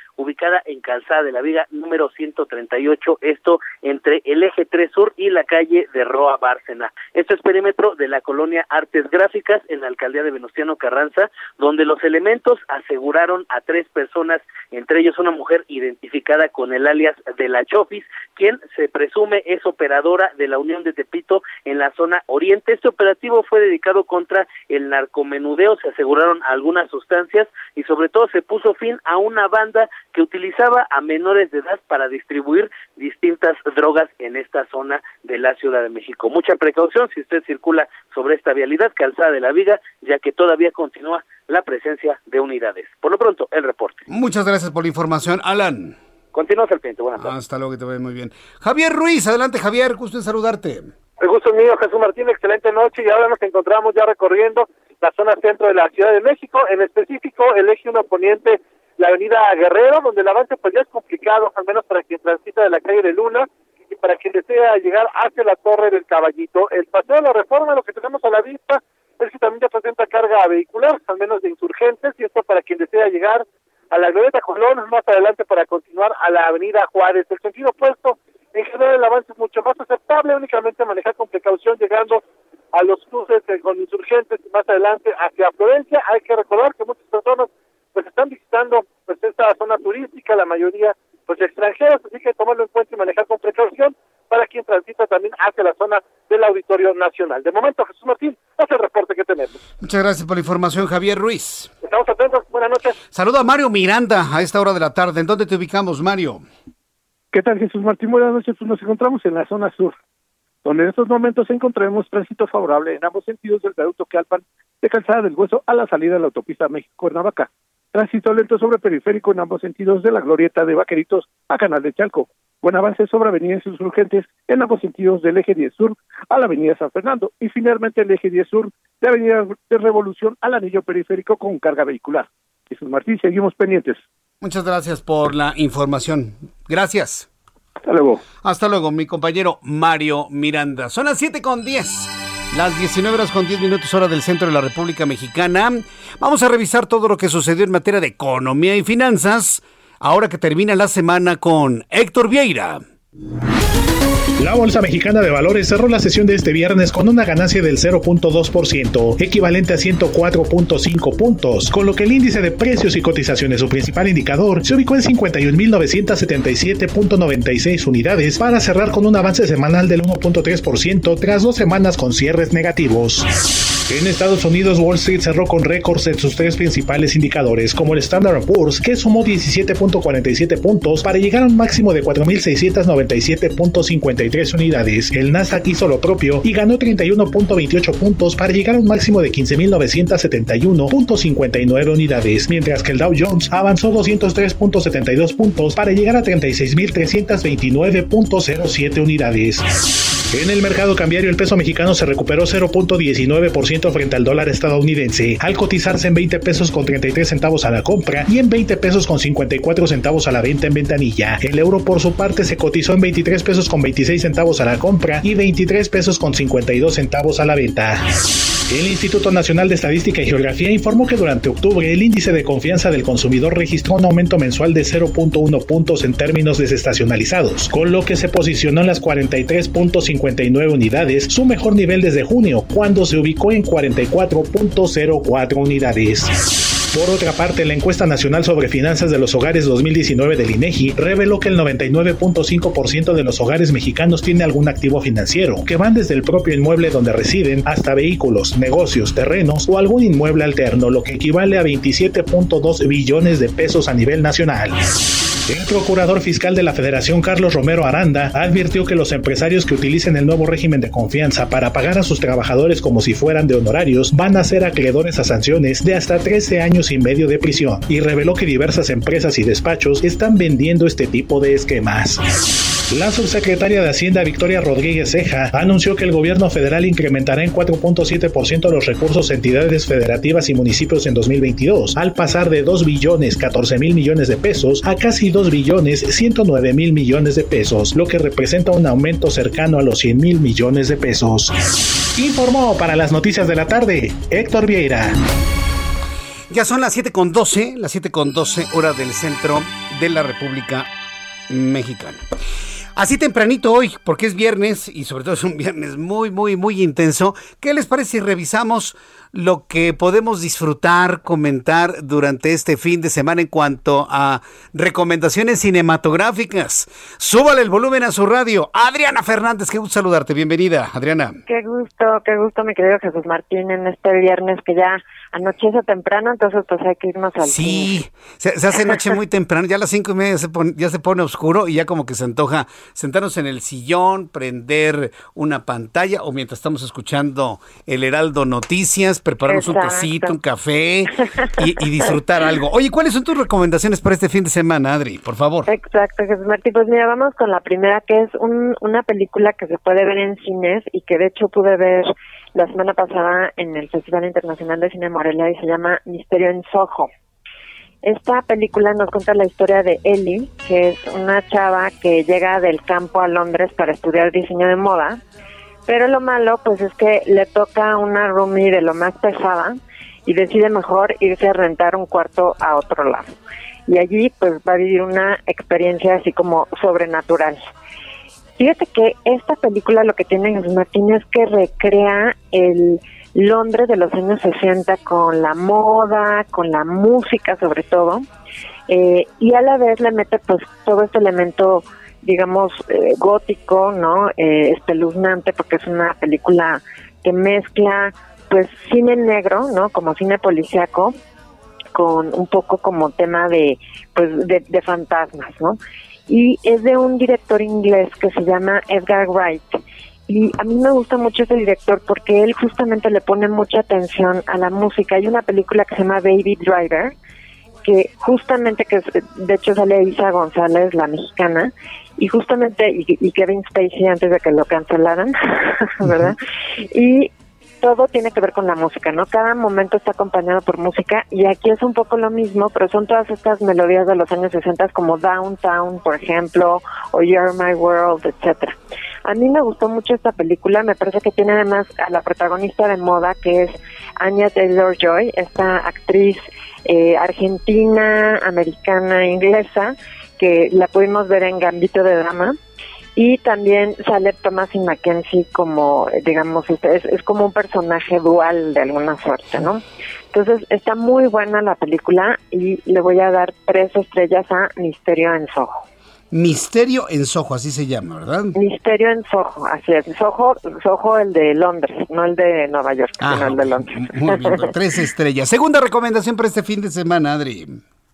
ubicada en Calzada de la Viga número ciento treinta y ocho, esto entre el eje tres Sur y la calle de Roa Bárcena. Esto es perímetro de la colonia Artes Gráficas en la alcaldía de Venustiano Carranza, donde los elementos aseguraron a tres personas, entre ellos una mujer identificada con el alias de la Chofis, quien se presume es operadora de la Unión de Tepito en la zona oriente. Este operativo fue dedicado contra el narcomenudeo, se aseguraron algunas sustancias y sobre todo se puso fin a una banda que utilizaba a menores de edad para distribuir distintas drogas en esta zona de la Ciudad de México. Mucha precaución si usted circula sobre esta vialidad, Calzada de la Viga, ya que todavía continúa la presencia de unidades. Por lo pronto, el reporte. Muchas gracias por la información, Alan. Continuamos al pendiente, buenas tardes. Hasta luego, que te vaya muy bien. Javier Ruiz, adelante Javier, gusto en saludarte. El gusto es mío, Jesús Martín, excelente noche, y ahora nos encontramos ya recorriendo la zona centro de la Ciudad de México, en específico el eje uno poniente, la avenida Guerrero, donde el avance pues ya es complicado, al menos para quien transita de la calle de Luna, y para quien desea llegar hacia la Torre del Caballito. El paseo de la Reforma, lo que tenemos a la vista, es que también ya presenta carga vehicular, al menos de insurgentes, y esto para quien desea llegar a la Glorieta Colón, más adelante para continuar a la avenida Juárez. El sentido opuesto, en general el avance es mucho más aceptable, únicamente manejar con precaución llegando a los cruces eh, con insurgentes y más adelante hacia Florencia. Hay que recordar que muchas personas pues están visitando pues esta zona turística, la mayoría pues extranjeros, así que tomarlo en cuenta y manejar con precaución para quien transita también hacia la zona del Auditorio Nacional. De momento, Jesús Martín, es el reporte que tenemos. Muchas gracias por la información, Javier Ruiz. Estamos atentos, buenas noches. Saludo a Mario Miranda a esta hora de la tarde. ¿En dónde te ubicamos, Mario? ¿Qué tal, Jesús Martín? Buenas noches. Pues nos encontramos en la zona sur, donde en estos momentos encontraremos tránsito favorable en ambos sentidos del viaducto que alpan de Calzada del Hueso a la salida de la autopista México-Cuernavaca. Tránsito lento sobre periférico en ambos sentidos de la Glorieta de Vaqueritos a Canal de Chalco. Buen avance sobre avenidas insurgentes en ambos sentidos del eje diez Sur a la avenida San Fernando y finalmente el eje diez Sur de avenida de Revolución al anillo periférico con carga vehicular. Jesús Martín, seguimos pendientes. Muchas gracias por la información. Gracias. Hasta luego. Hasta luego, mi compañero Mario Miranda. Son las siete con diez. Las diecinueve horas con diez minutos hora del centro de la República Mexicana. Vamos a revisar todo lo que sucedió en materia de economía y finanzas, ahora que termina la semana con Héctor Vieira. La Bolsa Mexicana de Valores cerró la sesión de este viernes con una ganancia del cero punto dos por ciento, equivalente a ciento cuatro punto cinco puntos, con lo que el índice de precios y cotizaciones, su principal indicador, se ubicó en cincuenta y un mil novecientos setenta y siete punto noventa y seis unidades para cerrar con un avance semanal del uno punto tres por ciento tras dos semanas con cierres negativos. En Estados Unidos, Wall Street cerró con récords en sus tres principales indicadores, como el Standard and Poor's, que sumó diecisiete punto cuarenta y siete puntos para llegar a un máximo de cuatro mil seiscientos noventa y siete punto cincuenta y tres unidades. El Nasdaq hizo lo propio y ganó treinta y uno punto veintiocho puntos para llegar a un máximo de quince mil novecientos setenta y uno punto cincuenta y nueve unidades, mientras que el Dow Jones avanzó doscientos tres punto setenta y dos puntos para llegar a treinta y seis mil trescientos veintinueve punto cero siete unidades. En el mercado cambiario, el peso mexicano se recuperó cero punto diecinueve por ciento frente al dólar estadounidense, al cotizarse en veinte pesos con treinta y tres centavos a la compra y en veinte pesos con cincuenta y cuatro centavos a la venta en ventanilla. El euro, por su parte, se cotizó en veintitrés pesos con veintiséis centavos a la compra y veintitrés pesos con cincuenta y dos centavos a la venta. El Instituto Nacional de Estadística y Geografía informó que durante octubre el índice de confianza del consumidor registró un aumento mensual de cero punto uno puntos en términos desestacionalizados, con lo que se posicionó en las cuarenta y tres punto cincuenta y nueve unidades, su mejor nivel desde junio, cuando se ubicó en cuarenta y cuatro punto cero cuatro unidades. Por otra parte, la encuesta nacional sobre finanzas de los hogares dos mil diecinueve del INEGI reveló que el noventa y nueve punto cinco por ciento de los hogares mexicanos tiene algún activo financiero, que van desde el propio inmueble donde residen hasta vehículos, negocios, terrenos o algún inmueble alterno, lo que equivale a veintisiete punto dos billones de pesos a nivel nacional. El procurador fiscal de la Federación, Carlos Romero Aranda, advirtió que los empresarios que utilicen el nuevo régimen de confianza para pagar a sus trabajadores como si fueran de honorarios van a ser acreedores a sanciones de hasta trece años y medio de prisión, y reveló que diversas empresas y despachos están vendiendo este tipo de esquemas. La subsecretaria de Hacienda, Victoria Rodríguez Ceja, anunció que el gobierno federal incrementará en cuatro punto siete por ciento los recursos a entidades federativas y municipios en dos mil veintidós, al pasar de dos billones catorce mil millones de pesos a casi dos billones ciento nueve mil millones de pesos, lo que representa un aumento cercano a los cien mil millones de pesos. Informó para las noticias de la tarde Héctor Vieira. Ya son las siete con doce, las siete con doce, hora del centro de la República Mexicana. Así tempranito hoy, porque es viernes y sobre todo es un viernes muy, muy, muy intenso. ¿Qué les parece si revisamos lo que podemos disfrutar, comentar durante este fin de semana en cuanto a recomendaciones cinematográficas? Súbale el volumen a su radio. Adriana Fernández, qué gusto saludarte. Bienvenida, Adriana. Qué gusto, qué gusto, mi querido Jesús Martín, en este viernes que ya anochece temprano, entonces pues hay que irnos al Sí, se, se hace noche muy temprano, ya a las cinco y media se pone, ya se pone oscuro y ya como que se antoja sentarnos en el sillón, prender una pantalla o mientras estamos escuchando el Heraldo Noticias, prepararnos Exacto. un tecito, un café y, y disfrutar algo. Oye, ¿cuáles son tus recomendaciones para este fin de semana, Adri? Por favor. Exacto, Jesús Martín. Pues mira, vamos con la primera, que es un, una película que se puede ver en cines y que de hecho pude ver la semana pasada en el Festival Internacional de Cine Morelia y se llama Misterio en Soho. Esta película nos cuenta la historia de Ellie, que es una chava que llega del campo a Londres para estudiar diseño de moda, pero lo malo pues es que le toca una roomie de lo más pesada y decide mejor irse a rentar un cuarto a otro lado. Y allí pues va a vivir una experiencia así como sobrenatural. Fíjate que esta película lo que tiene Jesús Martín es que recrea el Londres de los años sesenta con la moda, con la música sobre todo, eh, y a la vez le mete pues todo este elemento, digamos, eh, gótico, ¿no? Eh, espeluznante, porque es una película que mezcla pues cine negro, ¿no? Como cine policíaco, con un poco como tema de pues de, de fantasmas, ¿no? Y es de un director inglés que se llama Edgar Wright. Y a mí me gusta mucho ese director porque él justamente le pone mucha atención a la música. Hay una película que se llama Baby Driver, que justamente, que de hecho sale Isa González, la mexicana, y justamente, y, y Kevin Spacey antes de que lo cancelaran, ¿verdad? Uh-huh. Y todo tiene que ver con la música, ¿no? Cada momento está acompañado por música y aquí es un poco lo mismo, pero son todas estas melodías de los años sesenta como Downtown, por ejemplo, o You're My World, etcétera. A mí me gustó mucho esta película, me parece que tiene además a la protagonista de moda, que es Anya Taylor-Joy, esta actriz eh, argentina, americana, inglesa, que la pudimos ver en Gambito de Dama. Y también sale Thomasin McKenzie como, digamos, es, es como un personaje dual de alguna suerte, ¿no? Entonces está muy buena la película y le voy a dar tres estrellas a Misterio en Soho. Misterio en Soho, así se llama, ¿verdad? Misterio en Soho, así es. Soho, Soho el de Londres, no el de Nueva York, ah, sino el de Londres. Muy bien, tres estrellas. Segunda recomendación para este fin de semana, Adri.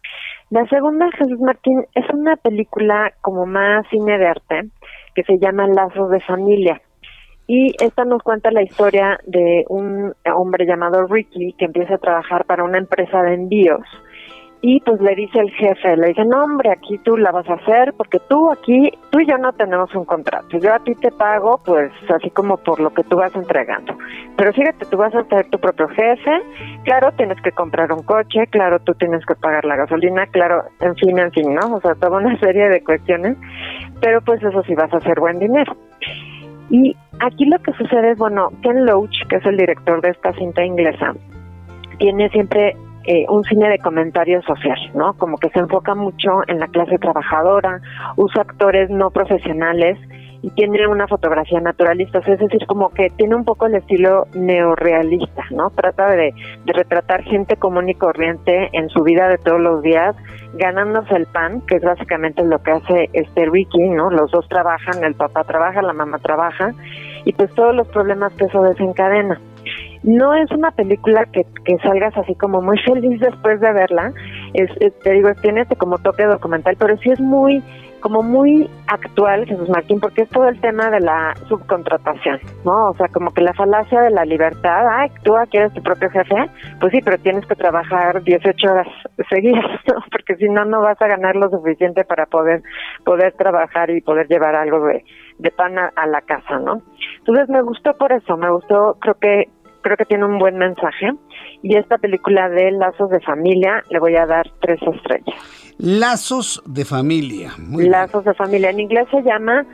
La segunda, Jesús Martín, es una película como más cine de arte, que se llama Lazos de Familia. Y esta nos cuenta la historia de un hombre llamado Ricky que empieza a trabajar para una empresa de envíos. Y pues le dice el jefe, le dice, no hombre, aquí tú la vas a hacer porque tú aquí, tú y yo no tenemos un contrato. Yo a ti te pago pues así como por lo que tú vas entregando. Pero fíjate, tú vas a ser tu propio jefe, claro, tienes que comprar un coche, claro, tú tienes que pagar la gasolina, claro, en fin, en fin, ¿no? O sea, toda una serie de cuestiones, pero pues eso sí vas a hacer buen dinero. Y aquí lo que sucede es, bueno, Ken Loach, que es el director de esta cinta inglesa, tiene siempre Eh, un cine de comentario social, ¿no? Como que se enfoca mucho en la clase trabajadora, usa actores no profesionales y tiene una fotografía naturalista, o sea, es decir, como que tiene un poco el estilo neorrealista, ¿no? Trata de, de retratar gente común y corriente en su vida de todos los días, ganándose el pan, que es básicamente lo que hace este Ricky, ¿no? Los dos trabajan, el papá trabaja, la mamá trabaja, y pues todos los problemas que eso desencadena. No es una película que, que salgas así como muy feliz después de verla, es, es, te digo, tiene este como toque documental, pero sí es muy, como muy actual, Jesús Martín, porque es todo el tema de la subcontratación, ¿no? O sea, como que la falacia de la libertad, ay, tú aquí eres tu propio jefe, pues sí, pero tienes que trabajar dieciocho horas seguidas, ¿no? Porque si no, no vas a ganar lo suficiente para poder, poder trabajar y poder llevar algo de, de pan a, a la casa, ¿no? Entonces me gustó por eso, me gustó, creo que creo que tiene un buen mensaje, y esta película de Lazos de Familia le voy a dar tres estrellas. Lazos de Familia. Muy Lazos bien. de Familia, en inglés se llama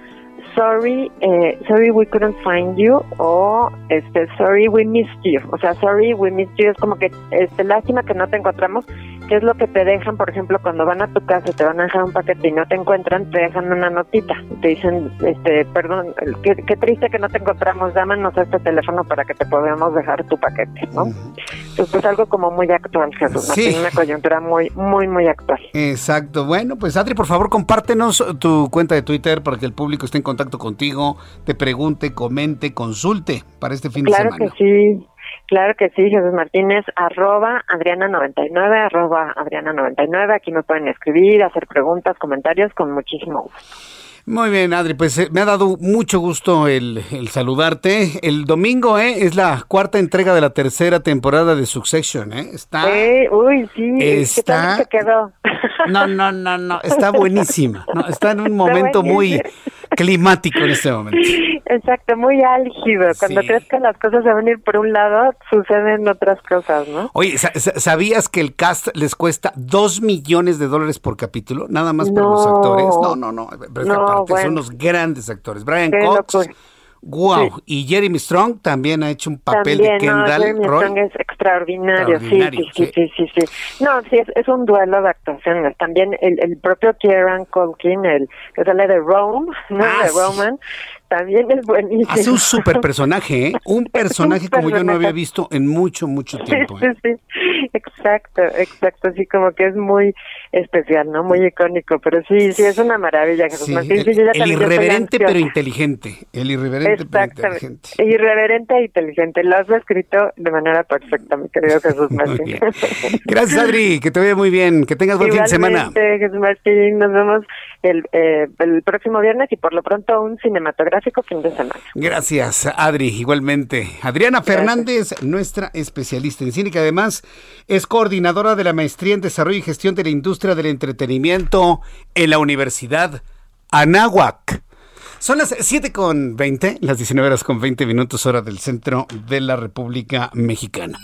sorry, eh, sorry we couldn't find you, o este, sorry we missed you. O sea, sorry we missed you es como que, este, lástima que no te encontramos, que es lo que te dejan, por ejemplo, cuando van a tu casa y te van a dejar un paquete y no te encuentran, te dejan una notita. Te dicen, este, perdón, qué, qué triste que no te encontramos, llámanos a este teléfono para que te podamos dejar tu paquete, ¿no? Entonces, pues algo como muy actual, Jesús. Sí. Una coyuntura muy, muy, muy actual. Exacto. Bueno, pues Adri, por favor, compártenos tu cuenta de Twitter para que el público esté en contacto contigo, te pregunte, comente, consulte para este fin Claro de semana. que sí. Claro que sí, Jesús Martínez, arroba Adriana noventa y nueve, arroba Adriana noventa y nueve, aquí me pueden escribir, hacer preguntas, comentarios, con muchísimo gusto. Muy bien, Adri, pues eh, me ha dado mucho gusto el, el saludarte. El domingo eh, es la cuarta entrega de la tercera temporada de Succession, ¿eh? Está... Eh, uy, sí, está, ¿qué tal te quedó? No, no, no, no, está buenísima, ¿no? Está en un momento muy climático en este momento. Exacto, muy álgido. Cuando Sí. crees que las cosas se van a ir por un lado, suceden otras cosas, ¿no? Oye, ¿sa- sa- ¿sabías que el cast les cuesta dos millones de dólares por capítulo? Nada más por No. los actores. No, no, no. Pero es que No, aparte bueno. son unos grandes actores. Brian Qué Cox, locura. wow. Sí. Y Jeremy Strong también ha hecho un papel También, de no, Kendall Jeremy Roy. Strong es extraordinario, Extraordinario, sí, sí, sí, sí, sí, sí. No, sí, es, es un duelo de actuaciones. También el, el propio Kieran Culkin, el que sale de Rome, no Ah, de sí. Roman, también es buenísimo. Hace un super personaje, ¿eh? Un personaje como yo no personaje. había visto en mucho, mucho tiempo. Sí, ¿eh? sí, sí, exacto, exacto, sí, como que es muy especial, ¿no? Muy icónico, pero sí, sí, es una maravilla, Jesús Sí, Martín. el, Sí, yo ya el también estoy irreverente ansiosa. pero inteligente. El irreverente pero Exactamente. inteligente. Irreverente e inteligente. Lo has escrito de manera perfecta, mi querido Jesús Muy Martín. bien. Gracias, Adri. Que te vaya muy bien. Que tengas buen fin de semana. Igualmente, Jesús Martín, nos vemos el, eh, el próximo viernes y por lo pronto un cinematográfico fin de semana. Gracias, Adri, igualmente. Adriana Fernández, nuestra especialista en cine, que además es coordinadora de la Maestría en Desarrollo y Gestión de la Industria del Entretenimiento en la Universidad Anáhuac. Son las siete con veinte, las diecinueve horas con veinte minutos, hora del centro de la República Mexicana.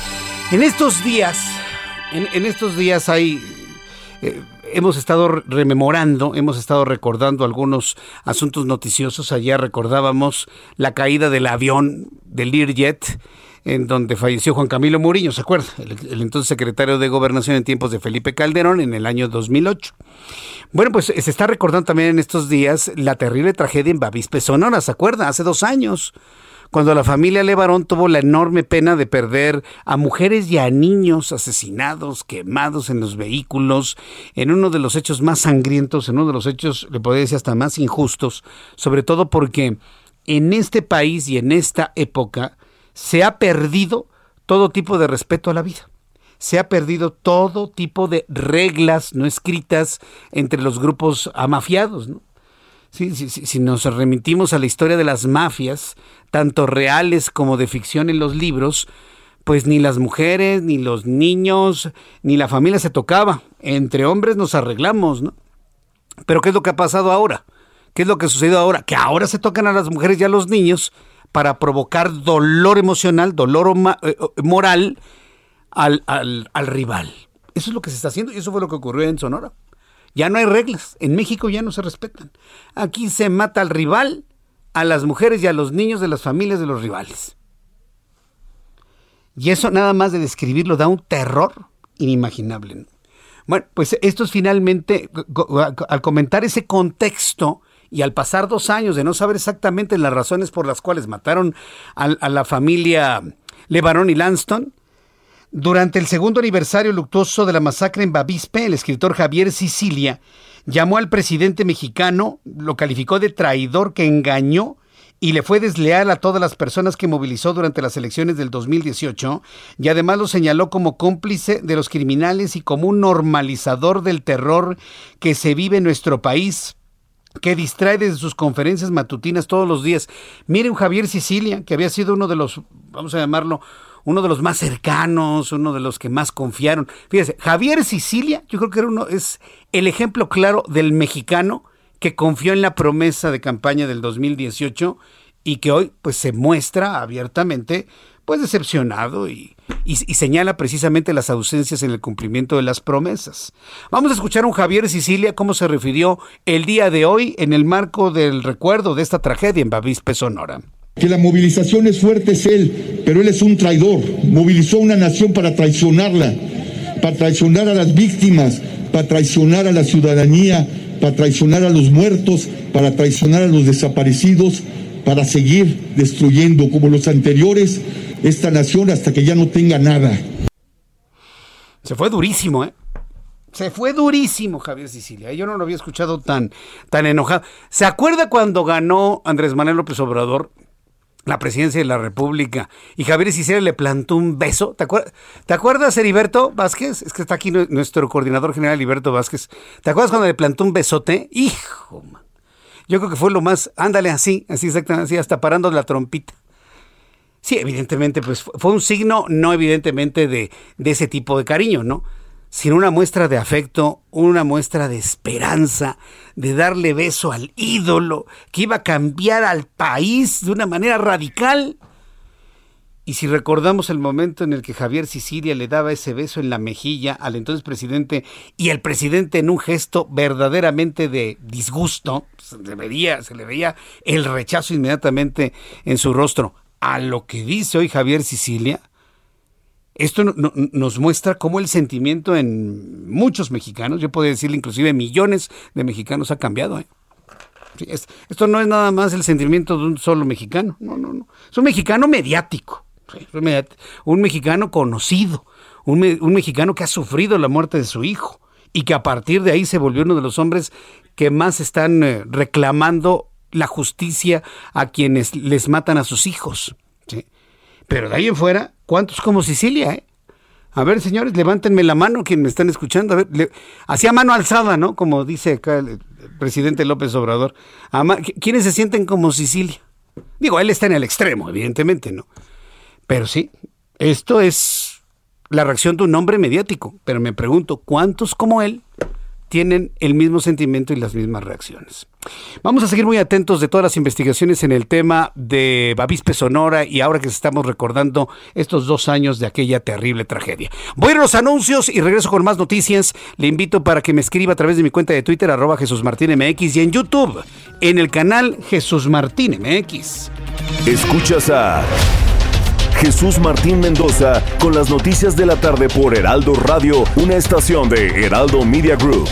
En estos días, en, en estos días hay... Eh, hemos estado rememorando, hemos estado recordando algunos asuntos noticiosos. Ayer recordábamos la caída del avión del Learjet, en donde falleció Juan Camilo Muriño, ¿se acuerda? El, el entonces secretario de Gobernación en tiempos de Felipe Calderón en el año dos mil ocho. Bueno, pues se está recordando también en estos días la terrible tragedia en Bavispe, Sonora, ¿se acuerda? Hace dos años. Cuando la familia Levarón tuvo la enorme pena de perder a mujeres y a niños asesinados, quemados en los vehículos, en uno de los hechos más sangrientos, en uno de los hechos, le podría decir, hasta más injustos, sobre todo porque en este país y en esta época se ha perdido todo tipo de respeto a la vida. Se ha perdido todo tipo de reglas no escritas entre los grupos amafiados, ¿no? Sí, sí, sí, si nos remitimos a la historia de las mafias, tanto reales como de ficción en los libros, pues ni las mujeres, ni los niños, ni la familia se tocaba. Entre hombres nos arreglamos, ¿no? Pero ¿qué es lo que ha pasado ahora? ¿Qué es lo que ha sucedido ahora? Que ahora se tocan a las mujeres y a los niños para provocar dolor emocional, dolor moral al, al, al rival. Eso es lo que se está haciendo y eso fue lo que ocurrió en Sonora. Ya no hay reglas, en México ya no se respetan. Aquí se mata al rival, a las mujeres y a los niños de las familias de los rivales. Y eso nada más de describirlo da un terror inimaginable, ¿no? Bueno, pues esto es finalmente, al comentar ese contexto y al pasar dos años de no saber exactamente las razones por las cuales mataron a, a la familia Levarón y Lanston, durante el segundo aniversario luctuoso de la masacre en Bavispe, el escritor Javier Sicilia llamó al presidente mexicano, lo calificó de traidor que engañó y le fue desleal a todas las personas que movilizó durante las elecciones del dos mil dieciocho, y además lo señaló como cómplice de los criminales y como un normalizador del terror que se vive en nuestro país, que distrae desde sus conferencias matutinas todos los días. Miren, Javier Sicilia, que había sido uno de los, vamos a llamarlo, uno de los más cercanos, uno de los que más confiaron. Fíjese, Javier Sicilia, yo creo que era uno, es el ejemplo claro del mexicano que confió en la promesa de campaña del dos mil dieciocho y que hoy pues se muestra abiertamente pues decepcionado y, Y, y señala precisamente las ausencias en el cumplimiento de las promesas. Vamos a escuchar a un Javier Sicilia cómo se refirió el día de hoy en el marco del recuerdo de esta tragedia en Bavispe, Sonora. Que la movilización es fuerte es él, pero él es un traidor. Movilizó a una nación para traicionarla, para traicionar a las víctimas, para traicionar a la ciudadanía, para traicionar a los muertos, para traicionar a los desaparecidos, para seguir destruyendo como los anteriores esta nación hasta que ya no tenga nada. Se fue durísimo, ¿eh? Se fue durísimo Javier Sicilia. Yo no lo había escuchado tan, tan enojado. ¿Se acuerda cuando ganó Andrés Manuel López Obrador la presidencia de la República y Javier Sicilia le plantó un beso? ¿Te acuerdas, ¿te acuerdas Heriberto Vázquez? Es que está aquí nuestro coordinador general Heriberto Vázquez. ¿Te acuerdas cuando le plantó un besote? ¡Hijo, man! Yo creo que fue lo más, ándale así, así exactamente, así, hasta parando la trompita. Sí, evidentemente, pues fue un signo, no evidentemente de, de ese tipo de cariño, ¿no? Sino una muestra de afecto, una muestra de esperanza, de darle beso al ídolo, que iba a cambiar al país de una manera radical. Y si recordamos el momento en el que Javier Sicilia le daba ese beso en la mejilla al entonces presidente, y el presidente en un gesto verdaderamente de disgusto, se le veía, se le veía el rechazo inmediatamente en su rostro. A lo que dice hoy Javier Sicilia, esto no, no, nos muestra cómo el sentimiento en muchos mexicanos, yo puedo decirle inclusive millones de mexicanos, ha cambiado. ¿eh? Sí, es, esto no es nada más el sentimiento de un solo mexicano, no, no, no. Es un mexicano mediático, sí, un mexicano conocido, un, me, un mexicano que ha sufrido la muerte de su hijo y que a partir de ahí se volvió uno de los hombres que más están eh, reclamando la justicia a quienes les matan a sus hijos, ¿sí? Pero de ahí en fuera, ¿cuántos como Sicilia? Eh? A ver, señores, levántenme la mano quienes me están escuchando. A ver, le, hacía mano alzada, ¿no? Como dice acá el, el presidente López Obrador. Ama, ¿quiénes se sienten como Sicilia? Digo, él está en el extremo, evidentemente, ¿no? Pero sí, esto es la reacción de un hombre mediático. Pero me pregunto, ¿cuántos como él tienen el mismo sentimiento y las mismas reacciones? Vamos a seguir muy atentos de todas las investigaciones en el tema de Bavispe, Sonora, y ahora que estamos recordando estos dos años de aquella terrible tragedia. Voy a ir a los anuncios y regreso con más noticias. Le invito para que me escriba a través de mi cuenta de Twitter, arroba Jesús Martín M X, y en YouTube, en el canal Jesús Martín M X. Escuchas a Jesús Martín Mendoza con las noticias de la tarde por Heraldo Radio, una estación de Heraldo Media Group.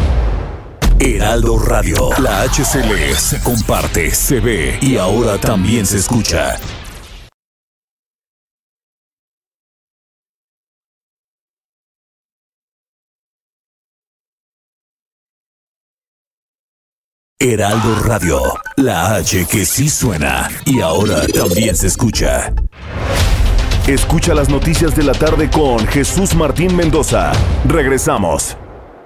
Heraldo Radio, la H C L se comparte, se ve y ahora también se escucha. Heraldo Radio, la H que sí suena y ahora también se escucha. Escucha las noticias de la tarde con Jesús Martín Mendoza. Regresamos.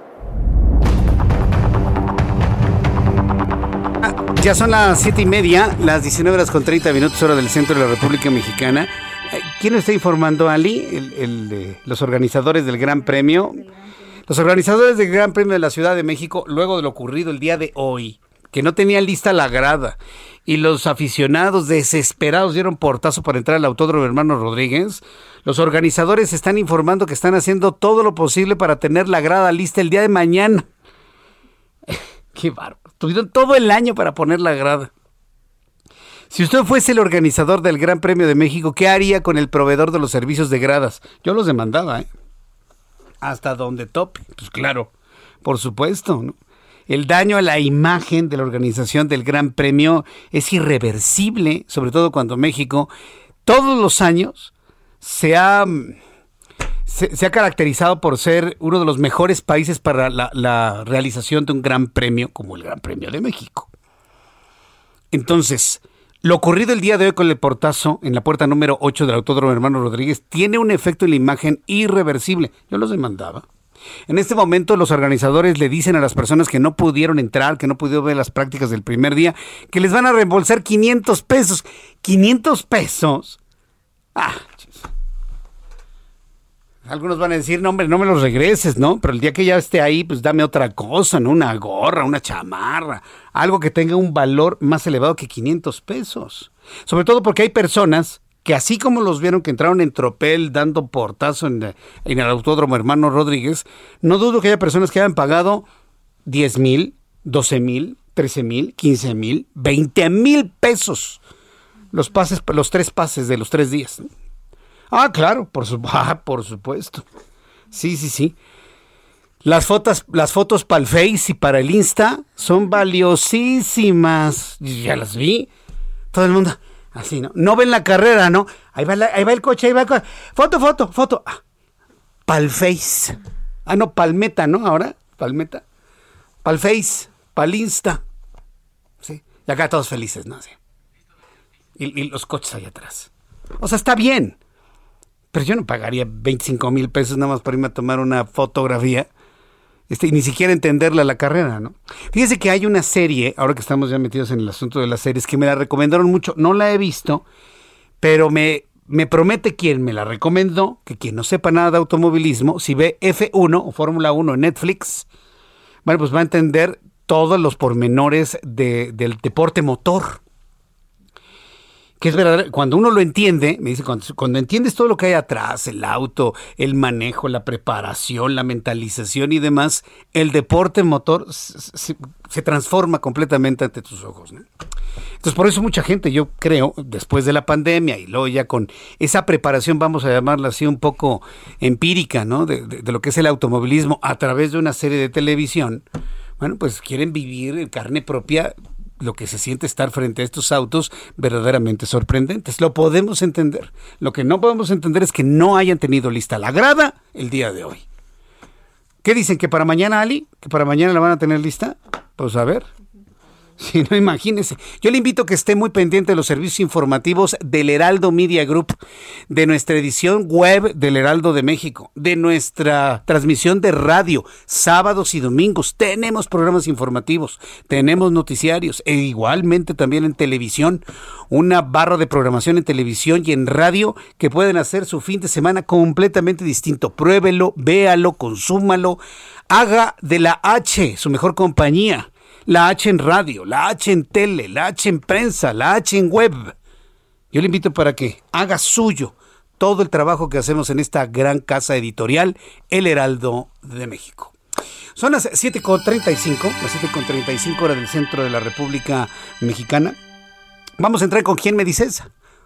Ya son las siete y media, las diecinueve horas con treinta minutos, hora del centro de la República Mexicana. ¿Quién nos está informando, Ali? El, el, eh, los organizadores del Gran Premio. Los organizadores del Gran Premio de la Ciudad de México, luego de lo ocurrido el día de hoy, que no tenían lista la grada, y los aficionados desesperados dieron portazo para entrar al Autódromo Hermano Rodríguez, los organizadores están informando que están haciendo todo lo posible para tener la grada lista el día de mañana. ¡Qué bárbaro! Tuvieron todo el año para poner la grada. Si usted fuese el organizador del Gran Premio de México, ¿qué haría con el proveedor de los servicios de gradas? Yo los demandaba, ¿eh? Hasta donde tope. Pues claro, por supuesto, ¿no? El daño a la imagen de la organización del Gran Premio es irreversible, sobre todo cuando México todos los años se ha, se, se ha caracterizado por ser uno de los mejores países para la, la realización de un Gran Premio como el Gran Premio de México. Entonces, lo ocurrido el día de hoy con el portazo en la puerta número ocho del Autódromo Hermano Rodríguez tiene un efecto en la imagen irreversible. Yo los demandaba. En este momento los organizadores le dicen a las personas que no pudieron entrar, que no pudieron ver las prácticas del primer día, que les van a reembolsar quinientos pesos. ¿quinientos pesos? Ah, chis. Algunos van a decir, no hombre, no me los regreses, ¿no? Pero el día que ya esté ahí, pues dame otra cosa, ¿no? Una gorra, una chamarra, algo que tenga un valor más elevado que quinientos pesos. Sobre todo porque hay personas que así como los vieron que entraron en tropel dando portazo en, en el Autódromo Hermano Rodríguez, no dudo que haya personas que hayan pagado diez mil, doce mil, trece mil, quince mil, veinte mil pesos los pases, los tres pases de los tres días. Ah, claro, por, su, ah, por supuesto. Sí, sí, sí. Las fotos, las fotos para el Face y para el Insta son valiosísimas. Ya las vi. Todo el mundo así, ¿no? No ven la carrera, ¿no? Ahí va, la, ahí va el coche, ahí va el coche. Foto, foto, foto. Ah, para el Face. Ah, no, palmeta, ¿no? Ahora, palmeta. Para el Face, para el Insta. Sí. Y acá todos felices, ¿no? Sí. Y, y los coches ahí atrás. O sea, está bien. Pero yo no pagaría veinticinco mil pesos nada más para irme a tomar una fotografía. Este, y ni siquiera entenderla la carrera, ¿no? Fíjese que hay una serie, ahora que estamos ya metidos en el asunto de las series, que me la recomendaron mucho. No la he visto, pero me, me promete quien me la recomendó, que quien no sepa nada de automovilismo, si ve F uno o Fórmula uno en Netflix, bueno, pues va a entender todos los pormenores de, del deporte motor. Que es verdad, cuando uno lo entiende, me dice, cuando, cuando entiendes todo lo que hay atrás, el auto, el manejo, la preparación, la mentalización y demás, el deporte motor se, se transforma completamente ante tus ojos, ¿no? Entonces, por eso mucha gente, yo creo, después de la pandemia y luego ya con esa preparación, vamos a llamarla así un poco empírica, ¿no? De, de, de lo que es el automovilismo a través de una serie de televisión, bueno, pues quieren vivir en carne propia lo que se siente estar frente a estos autos verdaderamente sorprendentes. Lo podemos entender. Lo que no podemos entender es que no hayan tenido lista la grada el día de hoy. ¿Qué dicen? ¿Que para mañana, Ali? ¿Que para mañana la van a tener lista? Pues a ver. Si no, imagínense. Yo le invito a que esté muy pendiente de los servicios informativos del Heraldo Media Group, de nuestra edición web del Heraldo de México, de nuestra transmisión de radio, sábados y domingos. Tenemos programas informativos, tenemos noticiarios, e igualmente también en televisión, una barra de programación en televisión y en radio que pueden hacer su fin de semana completamente distinto. Pruébelo, véalo, consúmalo, haga de la H su mejor compañía. La H en radio, la H en tele, la H en prensa, la H en web. Yo le invito para que haga suyo todo el trabajo que hacemos en esta gran casa editorial, El Heraldo de México. Son las siete con treinta y cinco, las siete con treinta y cinco horas del centro de la República Mexicana. Vamos a entrar con quién, me dices.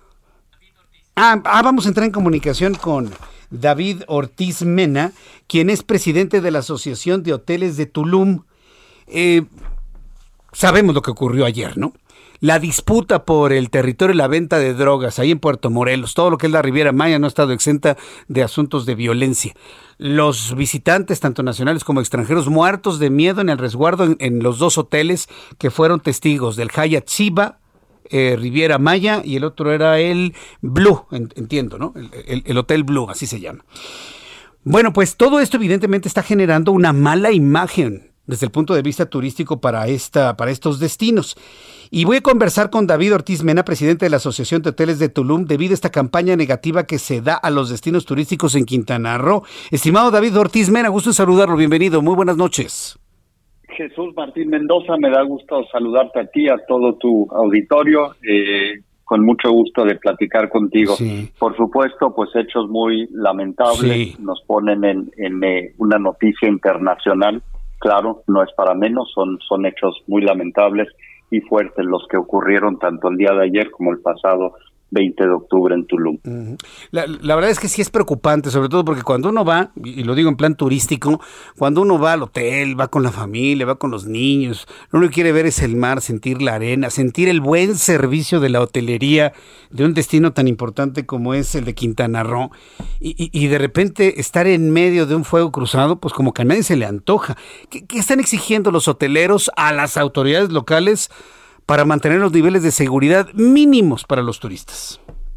Ah, ah, vamos a entrar en comunicación con David Ortiz Mena, quien es presidente de la Asociación de Hoteles de Tulum. Eh... Sabemos lo que ocurrió ayer, ¿no? La disputa por el territorio y la venta de drogas ahí en Puerto Morelos, todo lo que es la Riviera Maya no ha estado exenta de asuntos de violencia. Los visitantes, tanto nacionales como extranjeros, muertos de miedo en el resguardo en, en los dos hoteles que fueron testigos del Hyatt Ziva, eh, Riviera Maya, y el otro era el Blue, entiendo, ¿no? El, el, el Hotel Blue, así se llama. Bueno, pues todo esto evidentemente está generando una mala imagen desde el punto de vista turístico para esta, para estos destinos. Y voy a conversar con David Ortiz Mena, presidente de la Asociación de Hoteles de Tulum, debido a esta campaña negativa que se da a los destinos turísticos en Quintana Roo. Estimado David Ortiz Mena, gusto en saludarlo, bienvenido, muy buenas noches. Jesús Martín Mendoza, me da gusto saludarte a ti, a todo tu auditorio, eh, con mucho gusto de platicar contigo. Sí. Por supuesto, pues hechos muy lamentables, sí. Nos ponen en, en eh, una noticia internacional. Claro, no es para menos, son, son hechos muy lamentables y fuertes los que ocurrieron tanto el día de ayer como el pasado veinte de octubre en Tulum. La, la verdad es que sí es preocupante, sobre todo porque cuando uno va, y lo digo en plan turístico, cuando uno va al hotel, va con la familia, va con los niños, lo único que quiere ver es el mar, sentir la arena, sentir el buen servicio de la hotelería de un destino tan importante como es el de Quintana Roo, y, y, y de repente estar en medio de un fuego cruzado, pues como que a nadie se le antoja. ¿Qué, qué están exigiendo los hoteleros a las autoridades locales para mantener los niveles de seguridad mínimos para los turistas?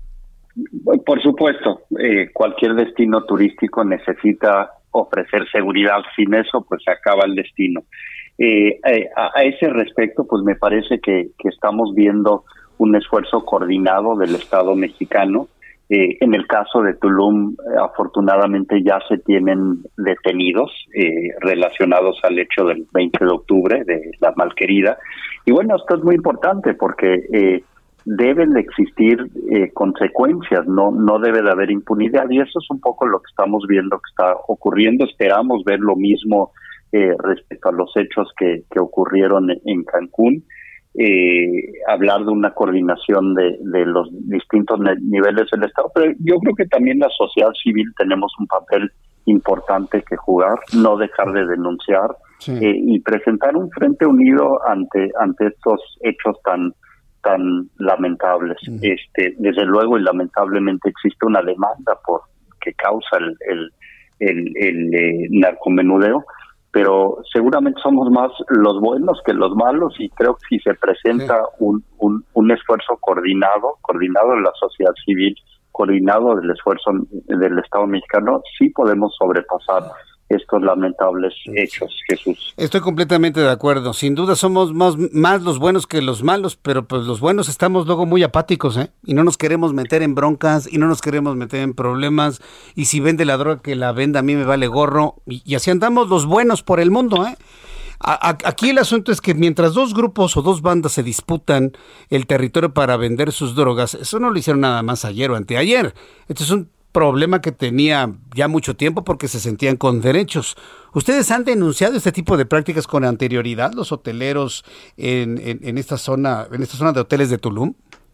Por supuesto, eh, cualquier destino turístico necesita ofrecer seguridad. Sin eso, pues se acaba el destino. Eh, eh, a, a ese respecto, pues me parece que, que estamos viendo un esfuerzo coordinado del Estado mexicano. Eh, en el caso de Tulum, eh, afortunadamente ya se tienen detenidos eh, relacionados al hecho del veinte de octubre de la Malquerida. Y bueno, esto es muy importante porque eh, deben de existir eh, consecuencias, no no debe de haber impunidad, y eso es un poco lo que estamos viendo que está ocurriendo. Esperamos ver lo mismo eh, respecto a los hechos que, que ocurrieron en Cancún, eh, hablar de una coordinación de, de los distintos niveles del Estado, pero yo creo que también la sociedad civil tenemos un papel importante que jugar, no dejar de denunciar, sí. eh, y presentar un frente unido ante ante estos hechos tan tan lamentables. Uh-huh. Este, desde luego y lamentablemente existe una demanda por que causa el el el, el eh, narcomenudeo, pero seguramente somos más los buenos que los malos, y creo que si se presenta sí. un, un un esfuerzo coordinado, coordinado de la sociedad civil, coordinado del esfuerzo del Estado mexicano, sí podemos sobrepasar estos lamentables hechos, Jesús. Estoy completamente de acuerdo. Sin duda somos más, más los buenos que los malos, pero pues los buenos estamos luego muy apáticos, ¿eh? Y no nos queremos meter en broncas, y no nos queremos meter en problemas, y si vende la droga, que la venda, a mí me vale gorro, y, y así andamos los buenos por el mundo, ¿eh? A, a, aquí el asunto es que mientras dos grupos o dos bandas se disputan el territorio para vender sus drogas, eso no lo hicieron nada más ayer o anteayer. Este es un problema que tenía ya mucho tiempo porque se sentían con derechos. ¿Ustedes han denunciado este tipo de prácticas con anterioridad, los hoteleros en, en, en esta zona, en esta zona de hoteles de Tulum?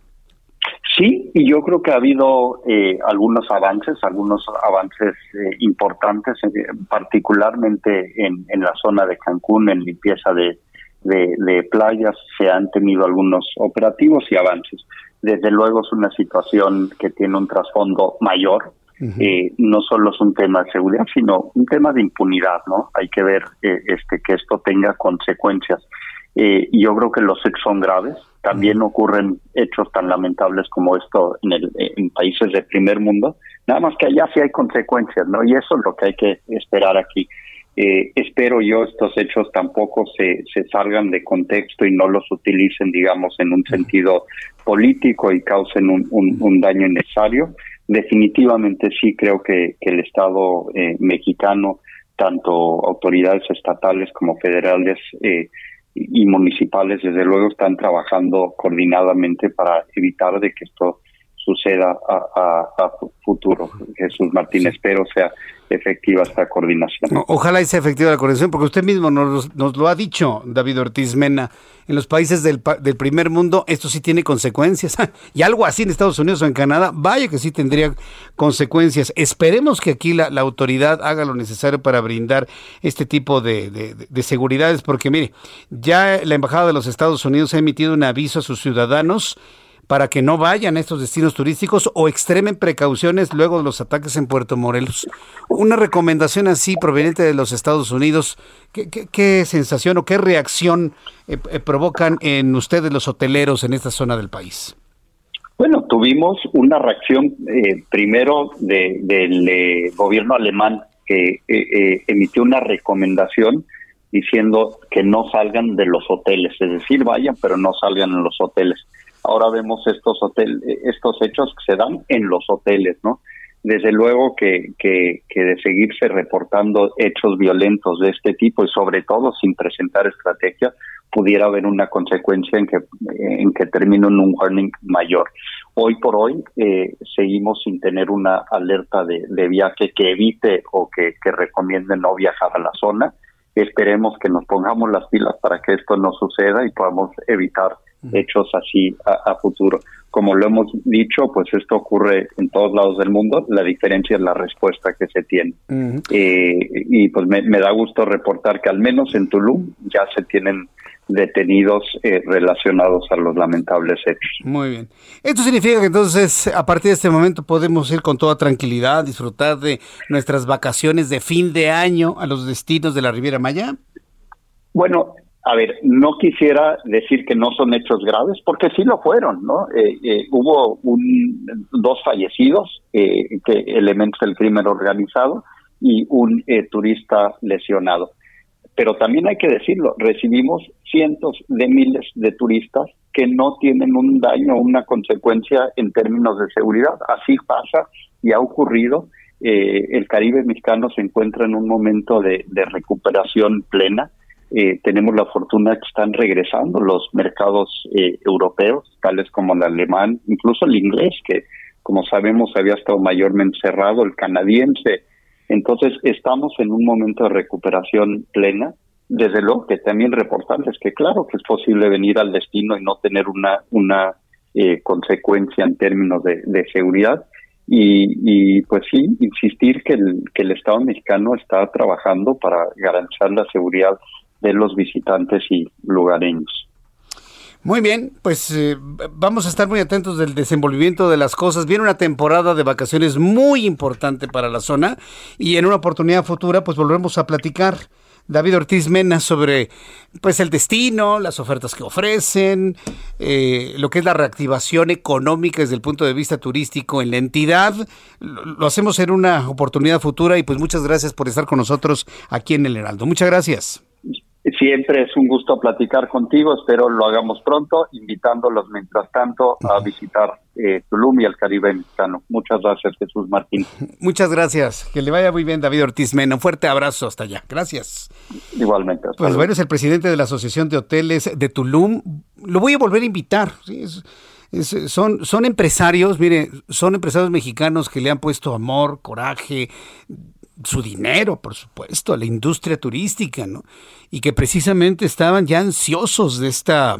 Sí, y yo creo que ha habido eh, algunos avances, algunos avances eh, importantes, eh, particularmente en, en la zona de Cancún, en limpieza de, de, de playas, se han tenido algunos operativos y avances. Desde luego es una situación que tiene un trasfondo mayor, uh-huh. eh, no solo es un tema de seguridad, sino un tema de impunidad, ¿no? Hay que ver eh, este que esto tenga consecuencias. Eh, y yo creo que los hechos son graves. También uh-huh. ocurren hechos tan lamentables como esto en, el, en países de primer mundo, nada más que allá sí hay consecuencias, ¿no? Y eso es lo que hay que esperar aquí. Eh, espero yo estos hechos tampoco se, se salgan de contexto y no los utilicen, digamos, en un sentido político y causen un, un, un daño innecesario. Definitivamente sí creo que, que el Estado eh, mexicano, tanto autoridades estatales como federales, eh, y municipales, desde luego están trabajando coordinadamente para evitar de que esto suceda a, a, a futuro. Jesús Martín, sí. Espero sea efectiva esta coordinación. Ojalá y sea efectiva la coordinación, porque usted mismo nos, nos lo ha dicho, David Ortiz Mena. En los países del, del primer mundo esto sí tiene consecuencias, y algo así en Estados Unidos o en Canadá, vaya que sí tendría consecuencias. Esperemos que aquí la, la autoridad haga lo necesario para brindar este tipo de, de, de seguridades, porque mire, ya la Embajada de los Estados Unidos ha emitido un aviso a sus ciudadanos para que no vayan a estos destinos turísticos o extremen precauciones luego de los ataques en Puerto Morelos. Una recomendación así proveniente de los Estados Unidos, ¿qué, qué, qué sensación o qué reacción eh, eh, provocan en ustedes los hoteleros en esta zona del país? Bueno, tuvimos una reacción eh, primero de, del eh, gobierno alemán que eh, eh, emitió una recomendación diciendo que no salgan de los hoteles, es decir, vayan pero no salgan en los hoteles. Ahora vemos estos hotel, estos hechos que se dan en los hoteles, ¿no? Desde luego que, que, que de seguirse reportando hechos violentos de este tipo y sobre todo sin presentar estrategia, pudiera haber una consecuencia en que en que termine en un warning mayor. Hoy por hoy eh, seguimos sin tener una alerta de, de viaje que evite o que, que recomiende no viajar a la zona. Esperemos que nos pongamos las pilas para que esto no suceda y podamos evitar hechos así a, a futuro. Como lo hemos dicho, pues esto ocurre en todos lados del mundo, la diferencia es la respuesta que se tiene. Uh-huh. Eh, y pues me, me da gusto reportar que al menos en Tulum ya se tienen detenidos eh, relacionados a los lamentables hechos. Muy bien. Esto significa que entonces a partir de este momento podemos ir con toda tranquilidad, disfrutar de nuestras vacaciones de fin de año a los destinos de la Riviera Maya. Bueno, a ver, no quisiera decir que no son hechos graves, porque sí lo fueron, ¿no? Eh, eh, hubo un, dos fallecidos, eh, que elementos del crimen organizado, y un eh, turista lesionado. Pero también hay que decirlo, recibimos cientos de miles de turistas que no tienen un daño o una consecuencia en términos de seguridad. Así pasa y ha ocurrido. Eh, el Caribe mexicano se encuentra en un momento de, de recuperación plena. Eh, tenemos la fortuna que están regresando los mercados eh, europeos, tales como el alemán, incluso el inglés, que como sabemos había estado mayormente cerrado, el canadiense. Entonces estamos en un momento de recuperación plena. Desde luego que también reportarles que claro que es posible venir al destino y no tener una una eh, consecuencia en términos de, de seguridad. Y, y pues sí, insistir que el, que el Estado mexicano está trabajando para garantizar la seguridad de los visitantes y lugareños. Muy bien, pues eh, vamos a estar muy atentos del desenvolvimiento de las cosas. Viene una temporada de vacaciones muy importante para la zona y en una oportunidad futura pues volveremos a platicar, David Ortiz Mena, sobre pues el destino, las ofertas que ofrecen, eh, lo que es la reactivación económica desde el punto de vista turístico en la entidad. Lo, lo hacemos en una oportunidad futura y pues muchas gracias por estar con nosotros aquí en El Heraldo. Muchas gracias. Siempre es un gusto platicar contigo, espero lo hagamos pronto, invitándolos mientras tanto a visitar eh, Tulum y el Caribe mexicano. Muchas gracias, Jesús Martín. Muchas gracias, que le vaya muy bien, David Ortiz Mena. Un fuerte abrazo hasta allá, gracias. Igualmente. Pues luego. Bueno, es el presidente de la Asociación de Hoteles de Tulum. Lo voy a volver a invitar, ¿sí? es, es, son, son empresarios, mire, son empresarios mexicanos que le han puesto amor, coraje, su dinero, por supuesto, a la industria turística, ¿no? Y que precisamente estaban ya ansiosos de esta,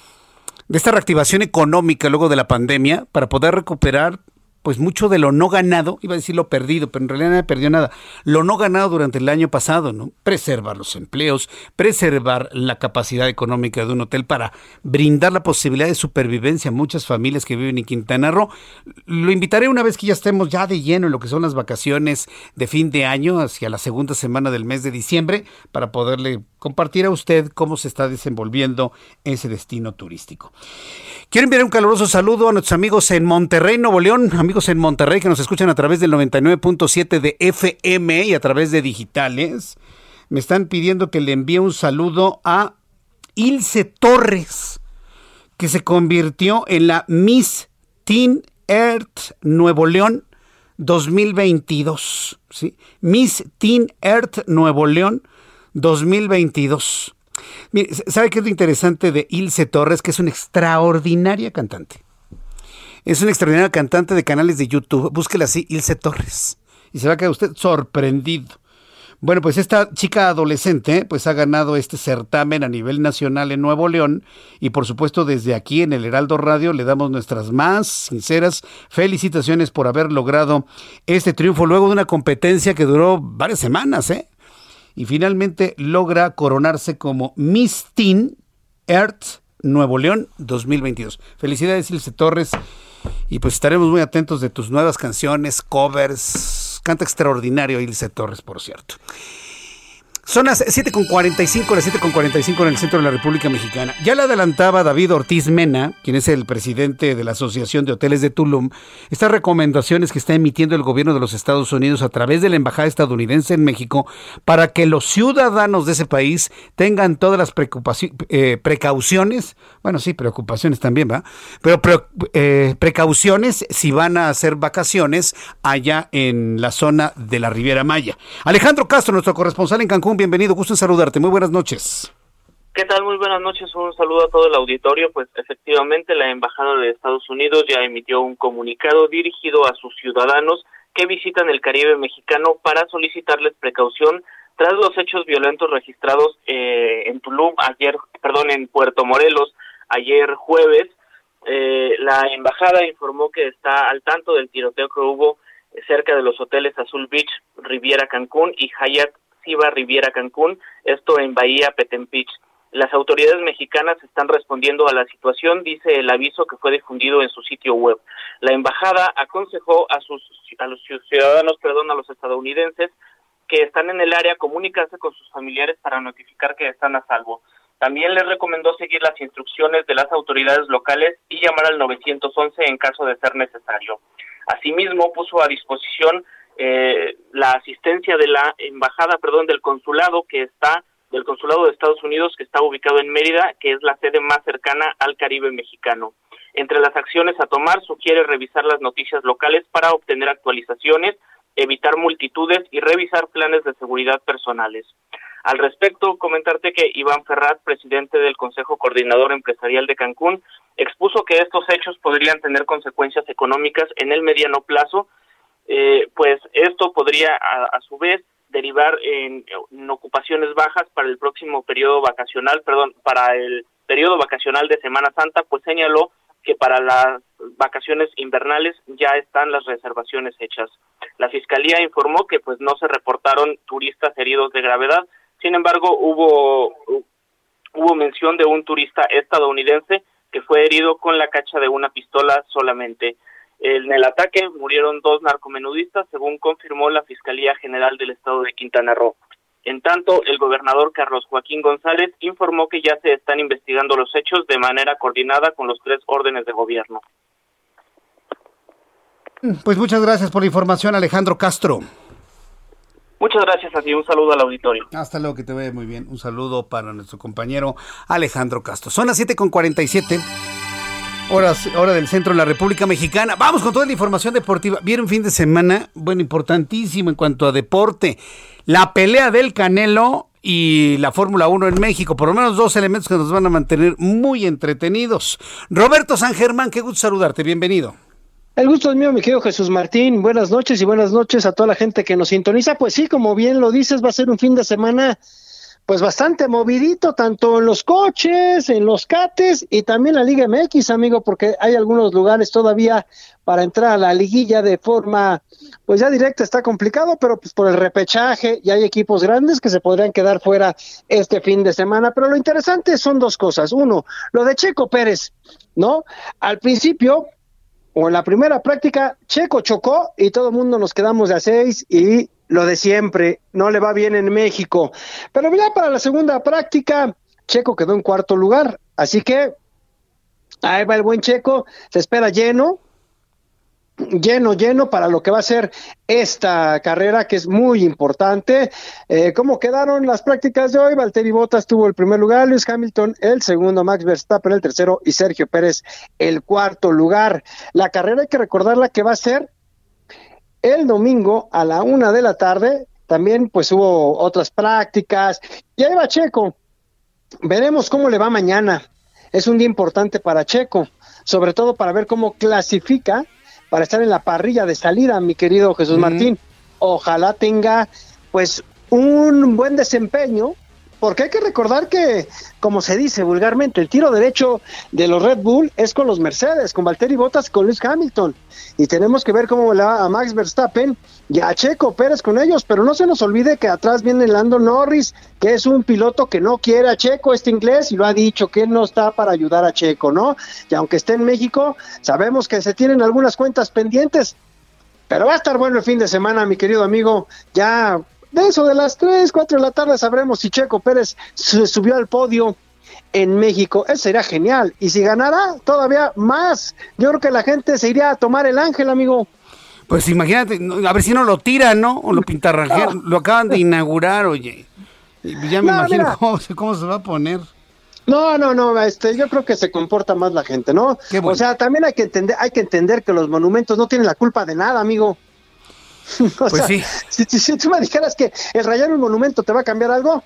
de esta reactivación económica luego de la pandemia para poder recuperar pues mucho de lo no ganado, iba a decir lo perdido, pero en realidad nadie perdió nada, lo no ganado durante el año pasado, ¿no? Preservar los empleos, preservar la capacidad económica de un hotel para brindar la posibilidad de supervivencia a muchas familias que viven en Quintana Roo. Lo invitaré una vez que ya estemos ya de lleno en lo que son las vacaciones de fin de año, hacia la segunda semana del mes de diciembre, para poderle compartir a usted cómo se está desenvolviendo ese destino turístico. Quiero enviar un caluroso saludo a nuestros amigos en Monterrey, Nuevo León, amigos en Monterrey que nos escuchan a través del noventa y nueve punto siete de F M y a través de digitales. Me están pidiendo que le envíe un saludo a Ilse Torres, que se convirtió en la Miss Teen Earth Nuevo León dos mil veintidós, ¿sí? Miss Teen Earth Nuevo León dos mil veintidós. Mire, ¿sabe qué es lo interesante de Ilse Torres? Que es una extraordinaria cantante. Es una extraordinaria cantante de canales de YouTube. Búsquela así, Ilse Torres. Y se va a quedar usted sorprendido. Bueno, pues esta chica adolescente pues ha ganado este certamen a nivel nacional en Nuevo León y por supuesto desde aquí en el Heraldo Radio le damos nuestras más sinceras felicitaciones por haber logrado este triunfo luego de una competencia que duró varias semanas, ¿eh? Y finalmente logra coronarse como Miss Teen Earth Nuevo León dos mil veintidós. Felicidades, Ilse Torres, y pues estaremos muy atentos de tus nuevas canciones, covers. Canta extraordinario Ilse Torres, por cierto. Son las siete con cuarenta y cinco, las siete con cuarenta y cinco en el centro de la República Mexicana. Ya le adelantaba David Ortiz Mena, quien es el presidente de la Asociación de Hoteles de Tulum, estas recomendaciones que está emitiendo el gobierno de los Estados Unidos a través de la Embajada estadounidense en México para que los ciudadanos de ese país tengan todas las eh, precauciones, bueno, sí, preocupaciones también, ¿va? Pero pre, eh, precauciones si van a hacer vacaciones allá en la zona de la Riviera Maya. Alejandro Castro, nuestro corresponsal en Cancún, bienvenido, gusto en saludarte, muy buenas noches. ¿Qué tal? Muy buenas noches, un saludo a todo el auditorio. Pues efectivamente la Embajada de Estados Unidos ya emitió un comunicado dirigido a sus ciudadanos que visitan el Caribe mexicano para solicitarles precaución tras los hechos violentos registrados eh, en Tulum ayer, perdón, en Puerto Morelos ayer jueves. Eh, la Embajada informó que está al tanto del tiroteo que hubo cerca de los hoteles Azul Beach, Riviera Cancún y Hyatt Ziva Riviera Cancún, esto en Bahía Petén-Beach. Las autoridades mexicanas están respondiendo a la situación, dice el aviso que fue difundido en su sitio web. La embajada aconsejó a sus a los ciudadanos, perdón, a los estadounidenses que están en el área comunicarse con sus familiares para notificar que están a salvo. También les recomendó seguir las instrucciones de las autoridades locales y llamar al nueve once en caso de ser necesario. Asimismo, puso a disposición eh, la asistencia de la embajada, perdón, del consulado que está, del consulado de Estados Unidos que está ubicado en Mérida, que es la sede más cercana al Caribe mexicano. Entre las acciones a tomar, sugiere revisar las noticias locales para obtener actualizaciones, evitar multitudes y revisar planes de seguridad personales. Al respecto, comentarte que Iván Ferrat, presidente del Consejo Coordinador Empresarial de Cancún, expuso que estos hechos podrían tener consecuencias económicas en el mediano plazo, eh, pues esto podría a, a su vez derivar en, en ocupaciones bajas para el próximo periodo vacacional, perdón, para el periodo vacacional de Semana Santa, pues señaló que para las vacaciones invernales ya están las reservaciones hechas. La Fiscalía informó que pues no se reportaron turistas heridos de gravedad, sin embargo hubo hubo mención de un turista estadounidense que fue herido con la cacha de una pistola solamente. En el ataque murieron dos narcomenudistas, según confirmó la Fiscalía General del Estado de Quintana Roo. En tanto, el gobernador Carlos Joaquín González informó que ya se están investigando los hechos de manera coordinada con los tres órdenes de gobierno. Pues muchas gracias por la información, Alejandro Castro. Muchas gracias a ti, un saludo al auditorio. Hasta luego, que te vaya muy bien. Un saludo para nuestro compañero Alejandro Castro. Son las siete con cuarenta y siete. Horas, hora del centro de la República Mexicana. Vamos con toda la información deportiva. Vieron fin de semana, bueno, importantísimo en cuanto a deporte. La pelea del Canelo y la Fórmula uno en México. Por lo menos dos elementos que nos van a mantener muy entretenidos. Roberto San Germán, qué gusto saludarte. Bienvenido. El gusto es mío, mi querido Jesús Martín. Buenas noches y buenas noches a toda la gente que nos sintoniza. Pues sí, como bien lo dices, va a ser un fin de semana pues bastante movidito, tanto en los coches, en los cates y también la Liga M X, amigo, porque hay algunos lugares todavía para entrar a la liguilla de forma, pues ya directa está complicado, pero pues por el repechaje y hay equipos grandes que se podrían quedar fuera este fin de semana. Pero lo interesante son dos cosas. Uno, lo de Checo Pérez, ¿no? Al principio, o en la primera práctica, Checo chocó y todo el mundo nos quedamos de a seis y lo de siempre, no le va bien en México. Pero ya para la segunda práctica, Checo quedó en cuarto lugar, así que ahí va el buen Checo, se espera lleno, lleno, lleno para lo que va a ser esta carrera que es muy importante. Eh, ¿Cómo quedaron las prácticas de hoy? Valtteri Bottas tuvo el primer lugar, Lewis Hamilton el segundo, Max Verstappen el tercero y Sergio Pérez el cuarto lugar. La carrera hay que recordarla que va a ser el domingo a la una de la tarde. También pues hubo otras prácticas y ahí va Checo. Veremos cómo le va mañana. Es un día importante para Checo, sobre todo para ver cómo clasifica para estar en la parrilla de salida, mi querido Jesús mm. Martín. Ojalá tenga pues un buen desempeño, porque hay que recordar que, como se dice vulgarmente, el tiro derecho de los Red Bull es con los Mercedes, con Valtteri Bottas y con Lewis Hamilton, y tenemos que ver cómo le va a Max Verstappen y a Checo Pérez con ellos, pero no se nos olvide que atrás viene Lando Norris, que es un piloto que no quiere a Checo, este inglés, y lo ha dicho, que él no está para ayudar a Checo, ¿no? Y aunque esté en México, sabemos que se tienen algunas cuentas pendientes, pero va a estar bueno el fin de semana, mi querido amigo. Ya de eso de las tres, cuatro de la tarde sabremos si Checo Pérez se subió al podio en México. Eso sería genial, y si ganara, todavía más. Yo creo que la gente se iría a tomar el Ángel, amigo. Pues imagínate, a ver si no lo tiran, ¿no? O lo pintarrajean. No. Lo acaban de inaugurar, oye. Ya me no, imagino cómo, cómo se va a poner. No, no, no, este, yo creo que se comporta más la gente, ¿no? Bueno. O sea, también hay que entender, hay que entender que los monumentos no tienen la culpa de nada, amigo. O pues sea, sí. Si, si, si tú me dijeras que el rayar un monumento te va a cambiar algo,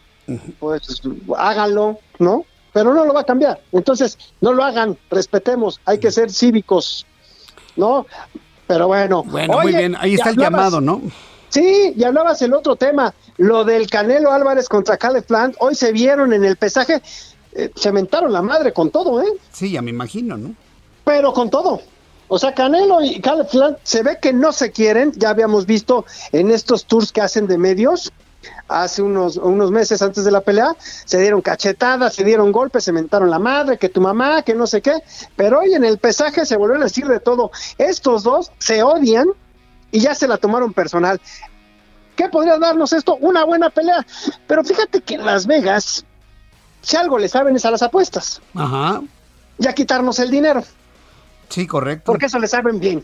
pues háganlo, ¿no? Pero no lo va a cambiar. Entonces, no lo hagan, respetemos, hay que ser cívicos, ¿no? Pero bueno. Bueno, oye, muy bien, ahí está el hablabas, llamado, ¿no? Sí, y hablabas el otro tema, lo del Canelo Álvarez contra Caleb Plant. Hoy se vieron en el pesaje, eh, se mentaron la madre con todo, ¿eh? Sí, ya me imagino, ¿no? Pero con todo. O sea, Canelo y Caleb Plant se ve que no se quieren. Ya habíamos visto en estos tours que hacen de medios hace unos, unos meses antes de la pelea, se dieron cachetadas, se dieron golpes, se mentaron la madre, que tu mamá, que no sé qué, pero hoy en el pesaje se volvió a decir de todo. Estos dos se odian y ya se la tomaron personal. ¿Qué podría darnos esto? Una buena pelea. Pero fíjate que en Las Vegas, si algo le saben es a las apuestas. Ajá. Ya quitarnos el dinero. Sí, correcto. Porque eso le saben bien.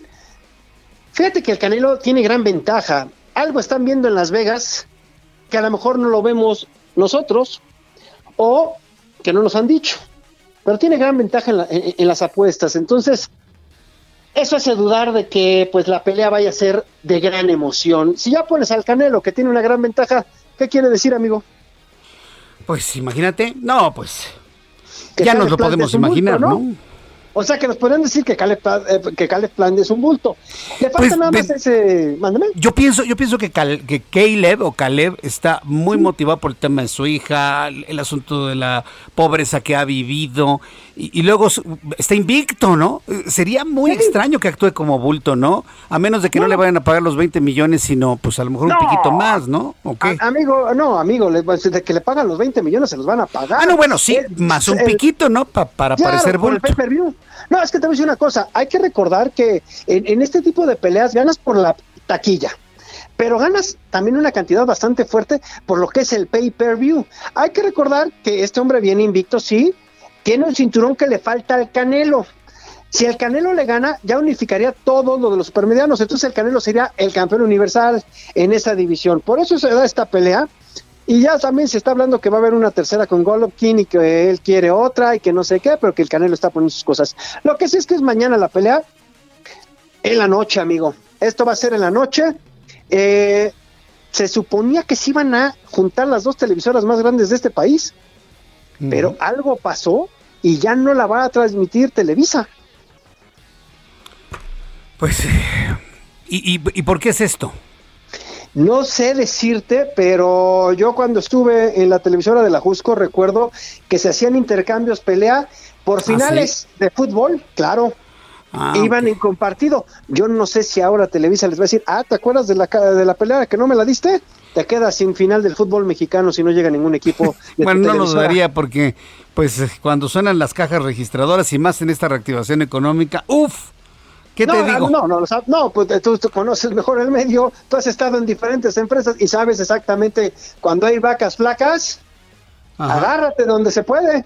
Fíjate que el Canelo tiene gran ventaja. Algo están viendo en Las Vegas que a lo mejor no lo vemos nosotros o que no nos han dicho. Pero tiene gran ventaja en, la, en, en las apuestas. Entonces, eso hace dudar de que pues la pelea vaya a ser de gran emoción. Si ya pones al Canelo, que tiene una gran ventaja, ¿qué quiere decir, amigo? Pues imagínate, no, pues Que ya nos Caleb lo Plant podemos es un bulto, imaginar, ¿no? ¿no? O sea, que nos podrían decir que Caleb, eh, que Caleb Plant es un bulto. Le falta Pues, nada más de- ese... Mándame. Yo pienso, yo pienso que, Cal- que Caleb o Caleb está muy motivado por el tema de su hija, el asunto de la pobreza que ha vivido, y, y luego su- está invicto, ¿no? Eh, Sería muy extraño que actúe como bulto, ¿no? A menos de que no, le vayan a pagar los veinte millones, sino pues a lo mejor un No. piquito más, ¿no? ¿O qué? A- amigo, no, amigo, le- de que le pagan los veinte millones se los van a pagar. Ah, no, bueno, sí, Eh, más un el- piquito, ¿no? Pa- para Claro, parecer por el bulto. pay-per-view. No, es que te voy a decir una cosa, hay que recordar que en, en este tipo de peleas ganas por la taquilla, pero ganas también una cantidad bastante fuerte por lo que es el pay-per-view. Hay que recordar que este hombre viene invicto, sí, tiene un cinturón que le falta al Canelo. Si el Canelo le gana, ya unificaría todo lo de los supermedianos, entonces el Canelo sería el campeón universal en esa división. Por eso se da esta pelea. Y ya también se está hablando que va a haber una tercera con Golovkin y que él quiere otra y que no sé qué, pero que el Canelo está poniendo sus cosas. Lo que sí es que es mañana la pelea, en la noche, amigo. Esto va a ser en la noche. Eh, se suponía que se iban a juntar las dos televisoras más grandes de este país, uh-huh. pero algo pasó y ya no la va a transmitir Televisa. Pues, ¿y, y, y por qué es esto? No sé decirte, pero yo cuando estuve en la televisora de la Jusco recuerdo que se hacían intercambios pelea por finales ¿Ah, sí? de fútbol, claro. Ah, iban okay. en compartido. Yo no sé si ahora Televisa les va a decir, ah, ¿te acuerdas de la de la pelea que no me la diste? Te quedas sin final del fútbol mexicano si no llega ningún equipo. De bueno, no lo dudaría porque pues cuando suenan las cajas registradoras y más en esta reactivación económica, uff. ¿Qué no, te digo? No, no, no, no pues tú, tú conoces mejor el medio, tú has estado en diferentes empresas y sabes exactamente cuando hay vacas flacas, Ajá. agárrate donde se puede.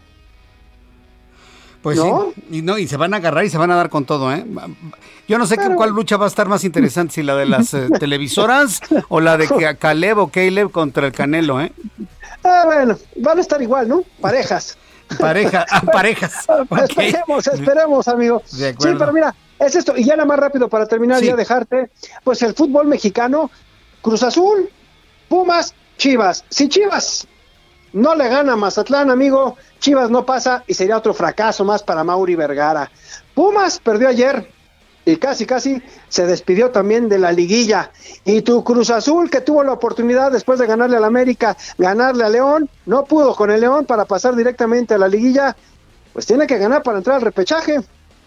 Pues ¿no? sí, y, no, y se van a agarrar y se van a dar con todo, ¿eh? Yo no sé Pero... cuál lucha va a estar más interesante, si la de las eh, televisoras o la de que Caleb o Caleb contra el Canelo, ¿eh? Ah, bueno, van a estar igual, ¿no? Parejas. Pareja, ah, parejas. Okay. Esperemos, esperemos, amigo. De acuerdo. Sí, pero mira, es esto, y ya nada más rápido para terminar y sí. ya dejarte, pues el fútbol mexicano, Cruz Azul, Pumas, Chivas. Si Chivas no le gana a Mazatlán, amigo, Chivas no pasa y sería otro fracaso más para Mauri Vergara. Pumas perdió ayer y casi casi se despidió también de la liguilla. Y tu Cruz Azul, que tuvo la oportunidad después de ganarle al América, ganarle a León, no pudo con el León para pasar directamente a la liguilla, pues tiene que ganar para entrar al repechaje.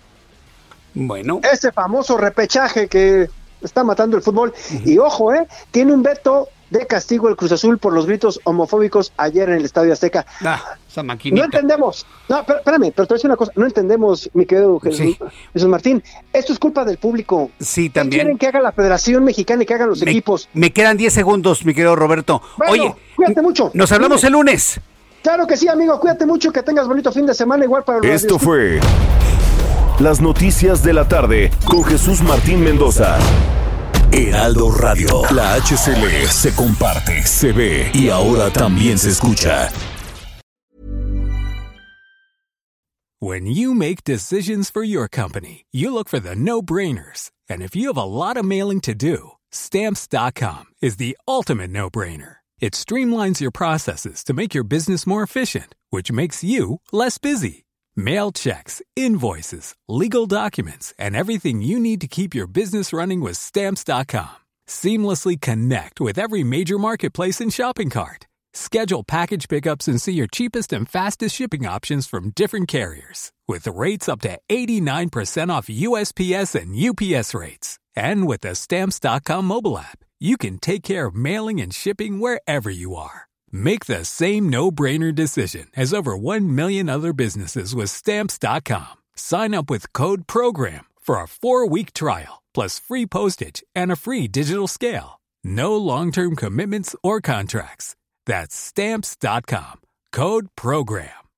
Bueno. Ese famoso repechaje que está matando el fútbol. Uh-huh. Y ojo, eh, tiene un veto de castigo el Cruz Azul por los gritos homofóbicos ayer en el Estadio Azteca. Ah, esa maquinita. No entendemos. No, pero, espérame, pero te voy a decir una cosa. No entendemos, mi querido Jesús, sí. Jesús Martín. Esto es culpa del público. Sí, también. Quieren que haga la Federación Mexicana y que hagan los me, equipos. Me quedan diez segundos, mi querido Roberto. Bueno, Oye, cuídate mucho. Nos hablamos el lunes. Claro que sí, amigo. Cuídate mucho, que tengas bonito fin de semana, igual para los Esto radios. fue Las Noticias de la Tarde con Jesús Martín Mendoza. Heraldo Radio. La H C L se comparte, se ve y ahora también se escucha. When you make decisions for your company, you look for the no-brainers. And if you have a lot of mailing to do, Stamps dot com is the ultimate no-brainer. It streamlines your processes to make your business more efficient, which makes you less busy. Mail checks, invoices, legal documents, and everything you need to keep your business running with Stamps dot com. Seamlessly connect with every major marketplace and shopping cart. Schedule package pickups and see your cheapest and fastest shipping options from different carriers. With rates up to eighty-nine percent off U S P S and U P S rates. And with the Stamps dot com mobile app, you can take care of mailing and shipping wherever you are. Make the same no-brainer decision as over one million other businesses with Stamps dot com. Sign up with code PROGRAM for a four-week trial, plus free postage and a free digital scale. No long-term commitments or contracts. That's Stamps dot com. Code PROGRAM.